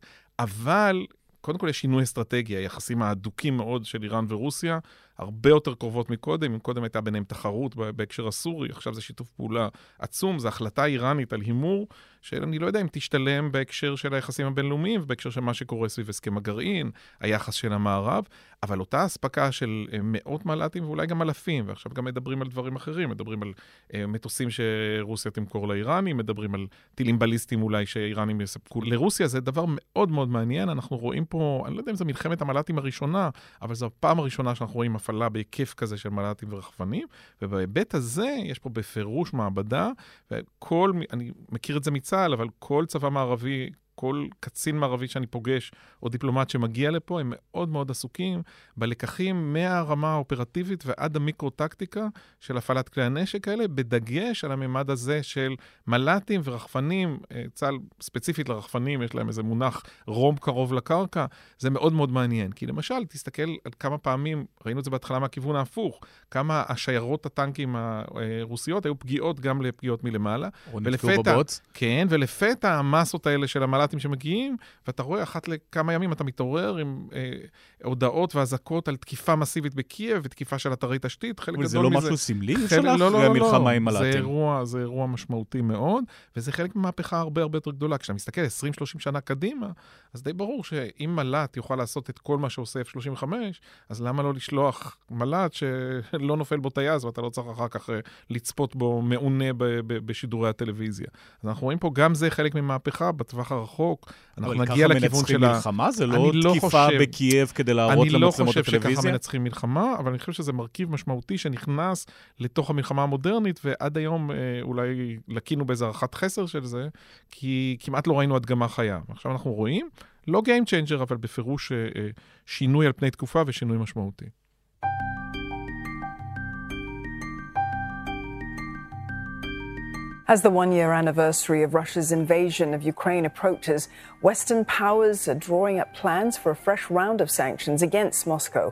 אבל קודם כל יש שינוי אסטרטגיה, יחסים ההדוקים מאוד של איראן ורוסיה, הרבה יותר קרובות מקודם, אם קודם הייתה ביניהם תחרות בהקשר הסורי, עכשיו זה שיתוף פעולה עצום, זו החלטה איראנית על הימור, שאני לא יודע אם תשתלם בהקשר של היחסים הבינלאומיים, ובהקשר של מה שקורה סביב הסכם הגרעין, היחס של המערב, אבל אותה אספקה של מאות מל"טים ואולי גם אלפים, ועכשיו גם מדברים על דברים אחרים, מדברים על מטוסים שרוסיה תמכור לאיראנים, מדברים על טילים בליסטיים אולי שאיראנים יספקו לרוסיה, זה דבר מאוד מאוד מעניין, אנחנו רואים פה, אני לא יודע אם זה מלחמת המל"טים הראשונה, אבל זו הפעם הראשונה שאנחנו רואים הפעלה בהיקף כזה של מל"טים ורחפנים, ובהיבט הזה יש פה בפירוש מעבדה, וכל, אני מכיר את זה מצה"ל, אבל כל צבא מערבי, כל קצין מערבי שאני פוגש, או דיפלומט שמגיע לפה, הם מאוד מאוד עסוקים בלקחים מהרמה האופרטיבית ועד המיקרו-טקטיקה של הפעלת כלי הנשק האלה, בדגש על הממד הזה של מל"טים ורחפנים, צה"ל ספציפית לרחפנים, יש להם איזה מונח רום קרוב לקרקע, זה מאוד מאוד מעניין. כי למשל, תסתכל על כמה פעמים, ראינו את זה בהתחלה מהכיוון ההפוך, כמה השיירות הטנקים הרוסיות היו פגיעות גם לפגיעות מלמעלה. או נתקעו בבוץ. כן, ולפתע המסות האלה של המל"טים שמגיעים, ואתה רואה אחת לכמה ימים אתה מתעורר עם אה, הודעות והזקות על תקיפה מסיבית בקייב ותקיפה של אתרי תשתית, חלק גדול מזה. אבל זה לא משהו סמלי? חלק, שלך לא, לא, המלחמה לא, עם מל"טים. זה אירוע, זה אירוע משמעותי מאוד, וזה חלק ממהפכה הרבה הרבה יותר גדולה. כשאתה מסתכל עשרים שלושים שנה קדימה, אז די ברור שאם מל"ט יוכל לעשות את כל מה שעושה אף שלושים וחמש, אז למה לא לשלוח מל"ט שלא נופל בו טייס, ואתה לא צריך אחר כך לצפות בו מעונה ב- ב- בשידורי הטלוויזיה. אז אנחנו רואים פה גם זה חלק ממהפכה בטווח הרחוק. אנחנו נגיע לכיוון של מלחמה, זה לא תקיפה בקייב כדי להראות למצלמות הטלוויזיה. אני לא חושב שככה מנצחים מלחמה, אבל אני חושב שזה מרכיב משמעותי שנכנס לתוך המלחמה המודרנית, ועד היום אולי לקינו באיזה הערכת חסר של זה, כי כמעט לא ראינו הדגמה חיה. עכשיו אנחנו רואים, לא Game Changer, אבל בפירוש שינוי על פני תקופה ושינוי משמעותי. As the one-year anniversary of Russia's invasion of Ukraine approaches, Western powers are drawing up plans for a fresh round of sanctions against Moscow.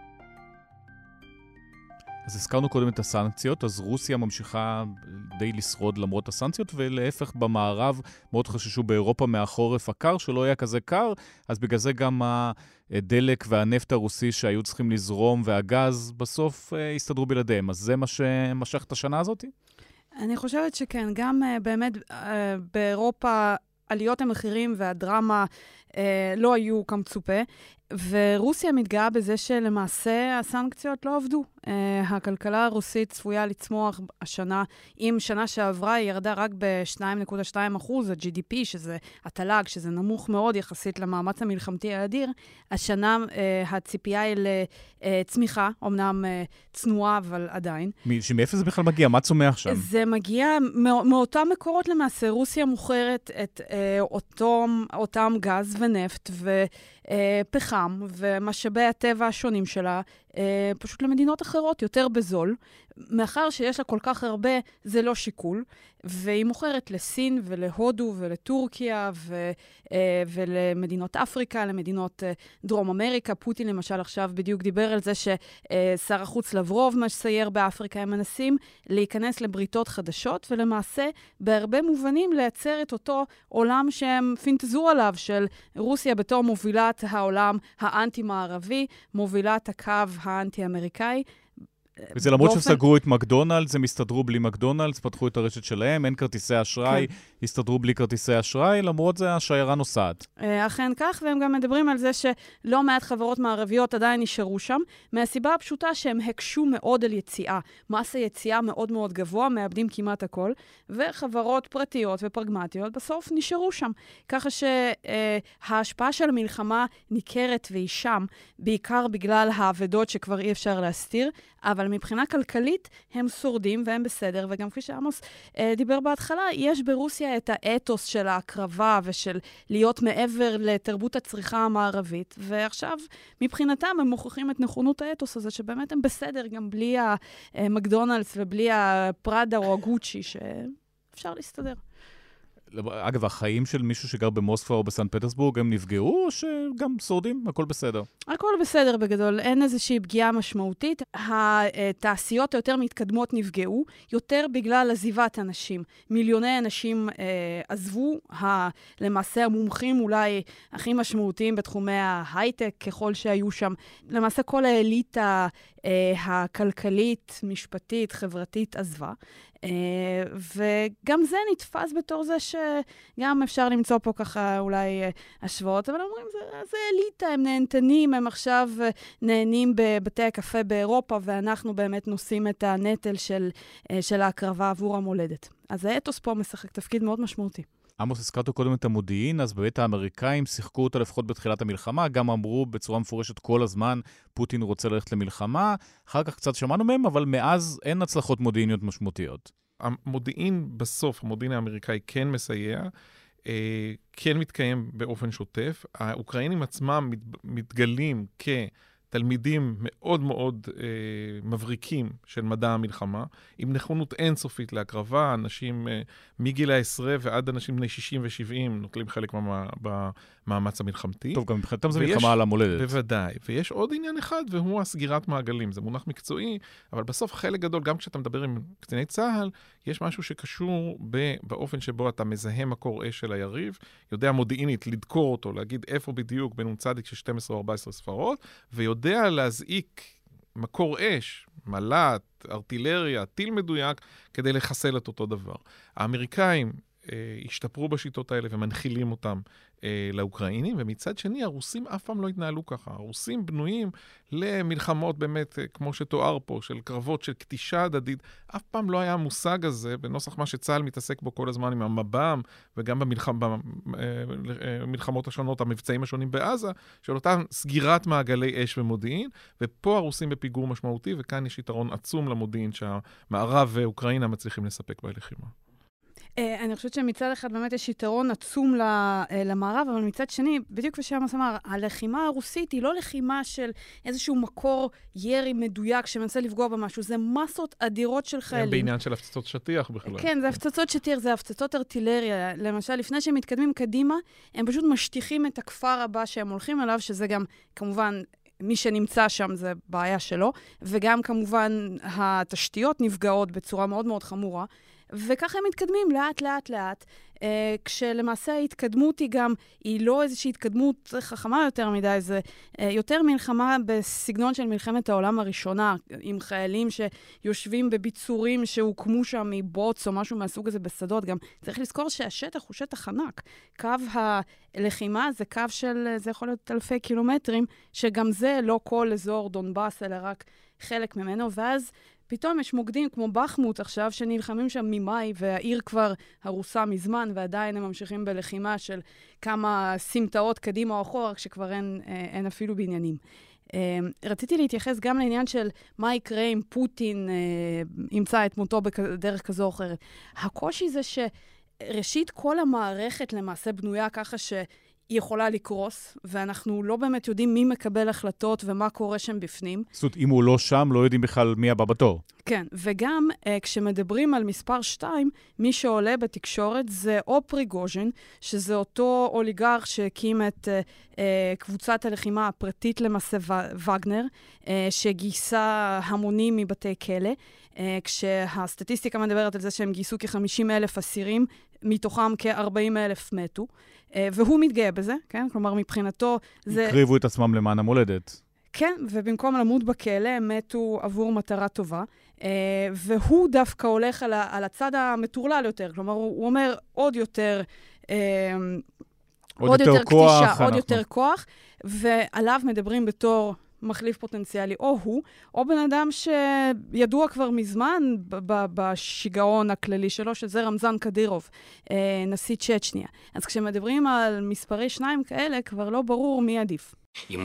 אז הזכרנו קודם את הסנקציות, אז רוסיה ממשיכה די לשרוד למרות הסנקציות, ולהפך במערב מאוד חששו באירופה מהחורף הקר, שלא היה כזה קר, אז בגלל זה גם הדלק והנפט הרוסי שהיו צריכים לזרום והגז בסוף הסתדרו בלעדיהם. אז זה מה שמשך את השנה הזאת? אני חושבת שכן, גם uh, באמת uh, באירופה עליות המחירים והדרמה uh, לא היו כמצופה, ורוסיה מתגאה בזה שלמעשה הסנקציות לא עבדו. Uh, הכלכלה הרוסית צפויה לצמוח השנה, אם שנה שעברה היא ירדה רק ב-שתיים נקודה שתיים אחוז, ה-ג'י די פי, שזה התל"ג, שזה נמוך מאוד יחסית למאמץ המלחמתי האדיר, השנה uh, הציפייה היא לצמיחה, אמנם uh, צנועה, אבל עדיין. שמאיפה זה בכלל מגיע? מה צומח שם? זה מגיע מא, מאותם מקורות למעשה. רוסיה מוכרת את uh, אותו, אותם גז ונפט ופחם, ומשאבי הטבע השונים שלה, Uh, פשוט למדינות אחרות יותר בזול. מאחר שיש לה כל כך הרבה, זה לא שיקול. והיא מוכרת לסין ולהודו ולטורקיה ו, uh, ולמדינות אפריקה, למדינות uh, דרום אמריקה. פוטין למשל עכשיו בדיוק דיבר על זה ששר uh, החוץ לברוב מסייר באפריקה, הם מנסים להיכנס לבריתות חדשות, ולמעשה בהרבה מובנים לייצר את אותו עולם שהם פינטזו עליו, של רוסיה בתור מובילת העולם האנטי-מערבי, מובילת הקו האנטי-אמריקאי. וזה למרות באופן... שסגרו את מקדונלדס, הם הסתדרו בלי מקדונלדס, פתחו את הרשת שלהם, אין כרטיסי אשראי, כן. הסתדרו בלי כרטיסי אשראי, למרות זה השיירה נוסעת. אכן כך, והם גם מדברים על זה שלא מעט חברות מערביות עדיין נשארו שם, מהסיבה הפשוטה שהם הקשו מאוד על יציאה. מס היציאה מאוד מאוד גבוה, מאבדים כמעט הכל, וחברות פרטיות ופרגמטיות בסוף נשארו שם. ככה שההשפעה של המלחמה ניכרת והיא שם, בעיקר בגלל העבדות שכבר אי אפשר להסתיר, אבל מבחינה כלכלית הם שורדים והם בסדר, וגם כפי שעמוס אה, דיבר בהתחלה, יש ברוסיה את האתוס של ההקרבה ושל להיות מעבר לתרבות הצריכה המערבית, ועכשיו מבחינתם הם מוכיחים את נכונות האתוס הזה, שבאמת הם בסדר גם בלי המקדונלדס ובלי הפראדה או הגוצ'י, שאפשר להסתדר. אגב, החיים של מישהו שגר במוסקבה או בסן פטרסבורג, הם נפגעו או שגם שורדים? הכל בסדר? הכל בסדר בגדול. אין איזושהי פגיעה משמעותית. התעשיות היותר מתקדמות נפגעו, יותר בגלל עזיבת אנשים. מיליוני אנשים אה, עזבו, ה, למעשה המומחים אולי הכי משמעותיים בתחומי ההייטק, ככל שהיו שם. למעשה כל האליטה אה, הכלכלית, משפטית, חברתית עזבה. Uh, וגם זה נתפס בתור זה שגם אפשר למצוא פה ככה אולי uh, השוואות, אבל אומרים, זה, זה אליטה, הם נהנתנים, הם עכשיו uh, נהנים בבתי הקפה באירופה, ואנחנו באמת נושאים את הנטל של, uh, של ההקרבה עבור המולדת. אז האתוס פה משחק תפקיד מאוד משמעותי. עמוס, הזכרנו קודם את המודיעין, אז באמת האמריקאים שיחקו אותה לפחות בתחילת המלחמה, גם אמרו בצורה מפורשת כל הזמן, פוטין רוצה ללכת למלחמה, אחר כך קצת שמענו מהם, אבל מאז אין הצלחות מודיעיניות משמעותיות. המודיעין בסוף, המודיעין האמריקאי כן מסייע, כן מתקיים באופן שוטף. האוקראינים עצמם מתגלים כ... תלמידים מאוד מאוד אה, מבריקים של מדע המלחמה, עם נכונות אינסופית להקרבה, אנשים אה, מגיל העשרה ועד אנשים בני שישים ושבעים נוטלים חלק מה, במאמץ המלחמתי. טוב, גם מבחינתם זה מלחמה על המולדת. בוודאי. ויש עוד עניין אחד, והוא הסגירת מעגלים. זה מונח מקצועי, אבל בסוף חלק גדול, גם כשאתה מדבר עם קציני צה"ל, יש משהו שקשור ב, באופן שבו אתה מזהה מקור אש של היריב, יודע מודיעינית לדקור אותו, להגיד איפה בדיוק בין צדיק של שתים עשרה או ארבע עשרה ספרות, ויודע להזעיק מקור אש, מל"ט, ארטילריה, טיל מדויק, כדי לחסל את אותו דבר. האמריקאים אה, השתפרו בשיטות האלה ומנחילים אותם אה, לאוקראינים, ומצד שני, הרוסים אף פעם לא התנהלו ככה. הרוסים בנויים למלחמות באמת, אה, כמו שתואר פה, של קרבות, של קטישה הדדית. אף פעם לא היה המושג הזה, בנוסח מה שצה"ל מתעסק בו כל הזמן עם המב"ם, וגם במלחמ, במלחמות השונות, המבצעים השונים בעזה, של אותם סגירת מעגלי אש ומודיעין, ופה הרוסים בפיגור משמעותי, וכאן יש יתרון עצום למודיעין שהמערב ואוקראינה מצליחים לספק בלחימה. אני חושבת שמצד אחד באמת יש יתרון עצום למערב, אבל מצד שני, בדיוק כפי שעמוס אמר, הלחימה הרוסית היא לא לחימה של איזשהו מקור ירי מדויק שמנסה לפגוע במשהו, זה מסות אדירות של חיילים. בעניין של הפצצות שטיח בכלל. כן, זה הפצצות שטיח, זה הפצצות ארטילריה. למשל, לפני שהם מתקדמים קדימה, הם פשוט משטיחים את הכפר הבא שהם הולכים אליו, שזה גם, כמובן, מי שנמצא שם זה בעיה שלו, וגם כמובן התשתיות נפגעות בצורה מאוד מאוד חמורה, וככה הם מתקדמים לאט, לאט, לאט, אה, כשלמעשה ההתקדמות היא גם, היא לא איזושהי התקדמות חכמה יותר מדי, זה אה, יותר מלחמה בסגנון של מלחמת העולם הראשונה, עם חיילים שיושבים בביצורים שהוקמו שם מבוץ או משהו מהסוג הזה בשדות. גם צריך לזכור שהשטח הוא שטח ענק. קו הלחימה זה קו של, זה יכול להיות אלפי קילומטרים, שגם זה לא כל אזור דונבאס, אלא רק חלק ממנו, ואז פתאום יש מוקדים כמו בחמות עכשיו, שנלחמים שם ממאי, והעיר כבר הרוסה מזמן, ועדיין הם ממשיכים בלחימה של כמה סמטאות קדימה או אחורה, כשכבר אין, אין אפילו בעניינים. רציתי להתייחס גם לעניין של מה יקרה אם פוטין ימצא את מותו בדרך כזו או אחרת. הקושי זה שראשית כל המערכת למעשה בנויה ככה ש... היא יכולה לקרוס, ואנחנו לא באמת יודעים מי מקבל החלטות ומה קורה שם בפנים. זאת אומרת, אם הוא לא שם, לא יודעים בכלל מי הבא בתור. כן, וגם uh, כשמדברים על מספר שתיים, מי שעולה בתקשורת זה או פריגוז'ין, שזה אותו אוליגרך שהקים את uh, uh, קבוצת הלחימה הפרטית למעשה וגנר, uh, שגייסה המונים מבתי כלא, uh, כשהסטטיסטיקה מדברת על זה שהם גייסו כ-חמישים אלף אסירים, מתוכם כ-ארבעים אלף מתו, והוא מתגאה בזה, כן? כלומר, מבחינתו זה... הקריבו את עצמם למען המולדת. כן, ובמקום למות בכלא, הם מתו עבור מטרה טובה, והוא דווקא הולך על, ה, על הצד המטורלל יותר, כלומר, הוא, הוא אומר עוד יותר... עוד, עוד יותר, יותר כוח, קטישה, אנחנו... עוד יותר כוח, ועליו מדברים בתור מחליף פוטנציאלי, או הוא, או בן אדם שידוע כבר מזמן בשיגעון הכללי שלו, שזה רמזן קדירוב, נשיא צ'צ'ניה. אז כשמדברים על מספרי שניים כאלה, כבר לא ברור מי עדיף.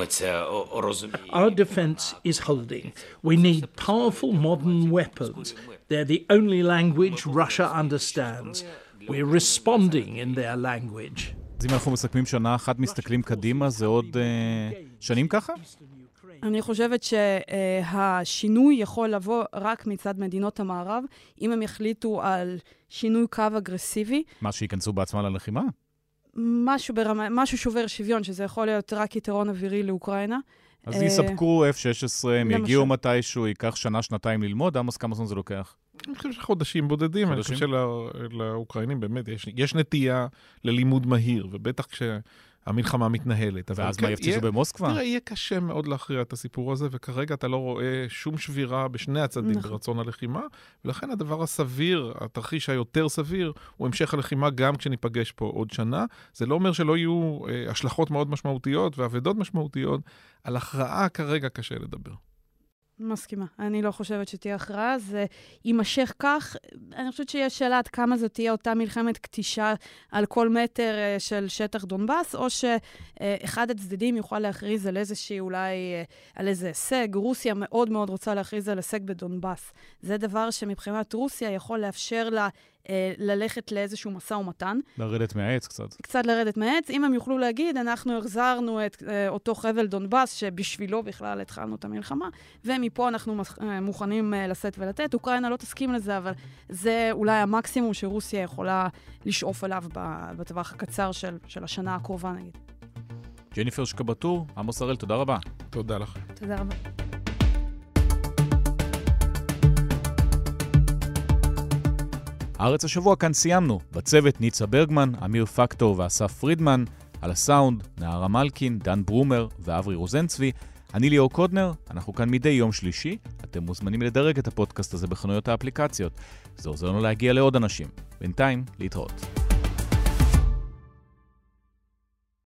Our defense is holding. We need powerful modern weapons. They're the only language Russia understands. We're responding in their language. אז אם אנחנו מסכמים שנה אחת, מסתכלים קדימה, זה עוד uh, שנים ככה? אני חושבת שהשינוי יכול לבוא רק מצד מדינות המערב, אם הם יחליטו על שינוי קו אגרסיבי. מה שיכנסו בעצמה ללחימה? משהו, ברמה, משהו שובר שוויון, שזה יכול להיות רק יתרון אווירי לאוקראינה. אז יספקו אף שש עשרה, הם יגיעו מתישהו, ייקח שנה, שנתיים ללמוד, עמוס, כמה זמן זה לוקח? אני חושב שחודשים בודדים, אני חושב שלאוקראינים באמת יש נטייה ללימוד מהיר, ובטח כשהמלחמה מתנהלת. ואז מה יפציצו במוסקבה? תראה, יהיה קשה מאוד להכריע את הסיפור הזה, וכרגע אתה לא רואה שום שבירה בשני הצדדים ברצון הלחימה, ולכן הדבר הסביר, התרחיש היותר סביר, הוא המשך הלחימה גם כשניפגש פה עוד שנה. זה לא אומר שלא יהיו השלכות מאוד משמעותיות ועבדות משמעותיות, על הכרעה כרגע קשה לדבר. מסכימה. אני לא חושבת שתהיה הכרעה. זה יימשך כך. אני חושבת שיש שאלה עד כמה זו תהיה אותה מלחמת קטישה על כל מטר של שטח דונבאס, או שאחד הצדדים יוכל להכריז על איזושהי, אולי על איזה הישג. רוסיה מאוד מאוד רוצה להכריז על הישג בדונבאס. זה דבר שמבחינת רוסיה יכול לאפשר לה ללכת לאיזשהו מסע ומתן. לרדת מהעץ קצת. קצת לרדת מהעץ. אם הם יוכלו להגיד, אנחנו החזרנו את אותו חבל דונבאס, שבשבילו בכלל התחלנו את המלחמה, ומפה אנחנו מוכנים לשאת ולתת. אוקראינה לא תסכים לזה, אבל זה אולי המקסימום שרוסיה יכולה לשאוף אליו בטווח הקצר של, של השנה הקרובה, נגיד. ג'ניפר שקבטור, עמוס הראל, תודה רבה. תודה לך. תודה רבה. הארץ השבוע כאן סיימנו. בצוות ניצה ברגמן, אמיר פקטור ואסף פרידמן, על הסאונד, נערה מלכין, דן ברומר ואברי רוזנצבי. אני ליאור קודנר, אנחנו כאן מדי יום שלישי. אתם מוזמנים לדרג את הפודקאסט הזה בחנויות האפליקציות. זה עוזר לנו להגיע לעוד אנשים. בינתיים, להתראות.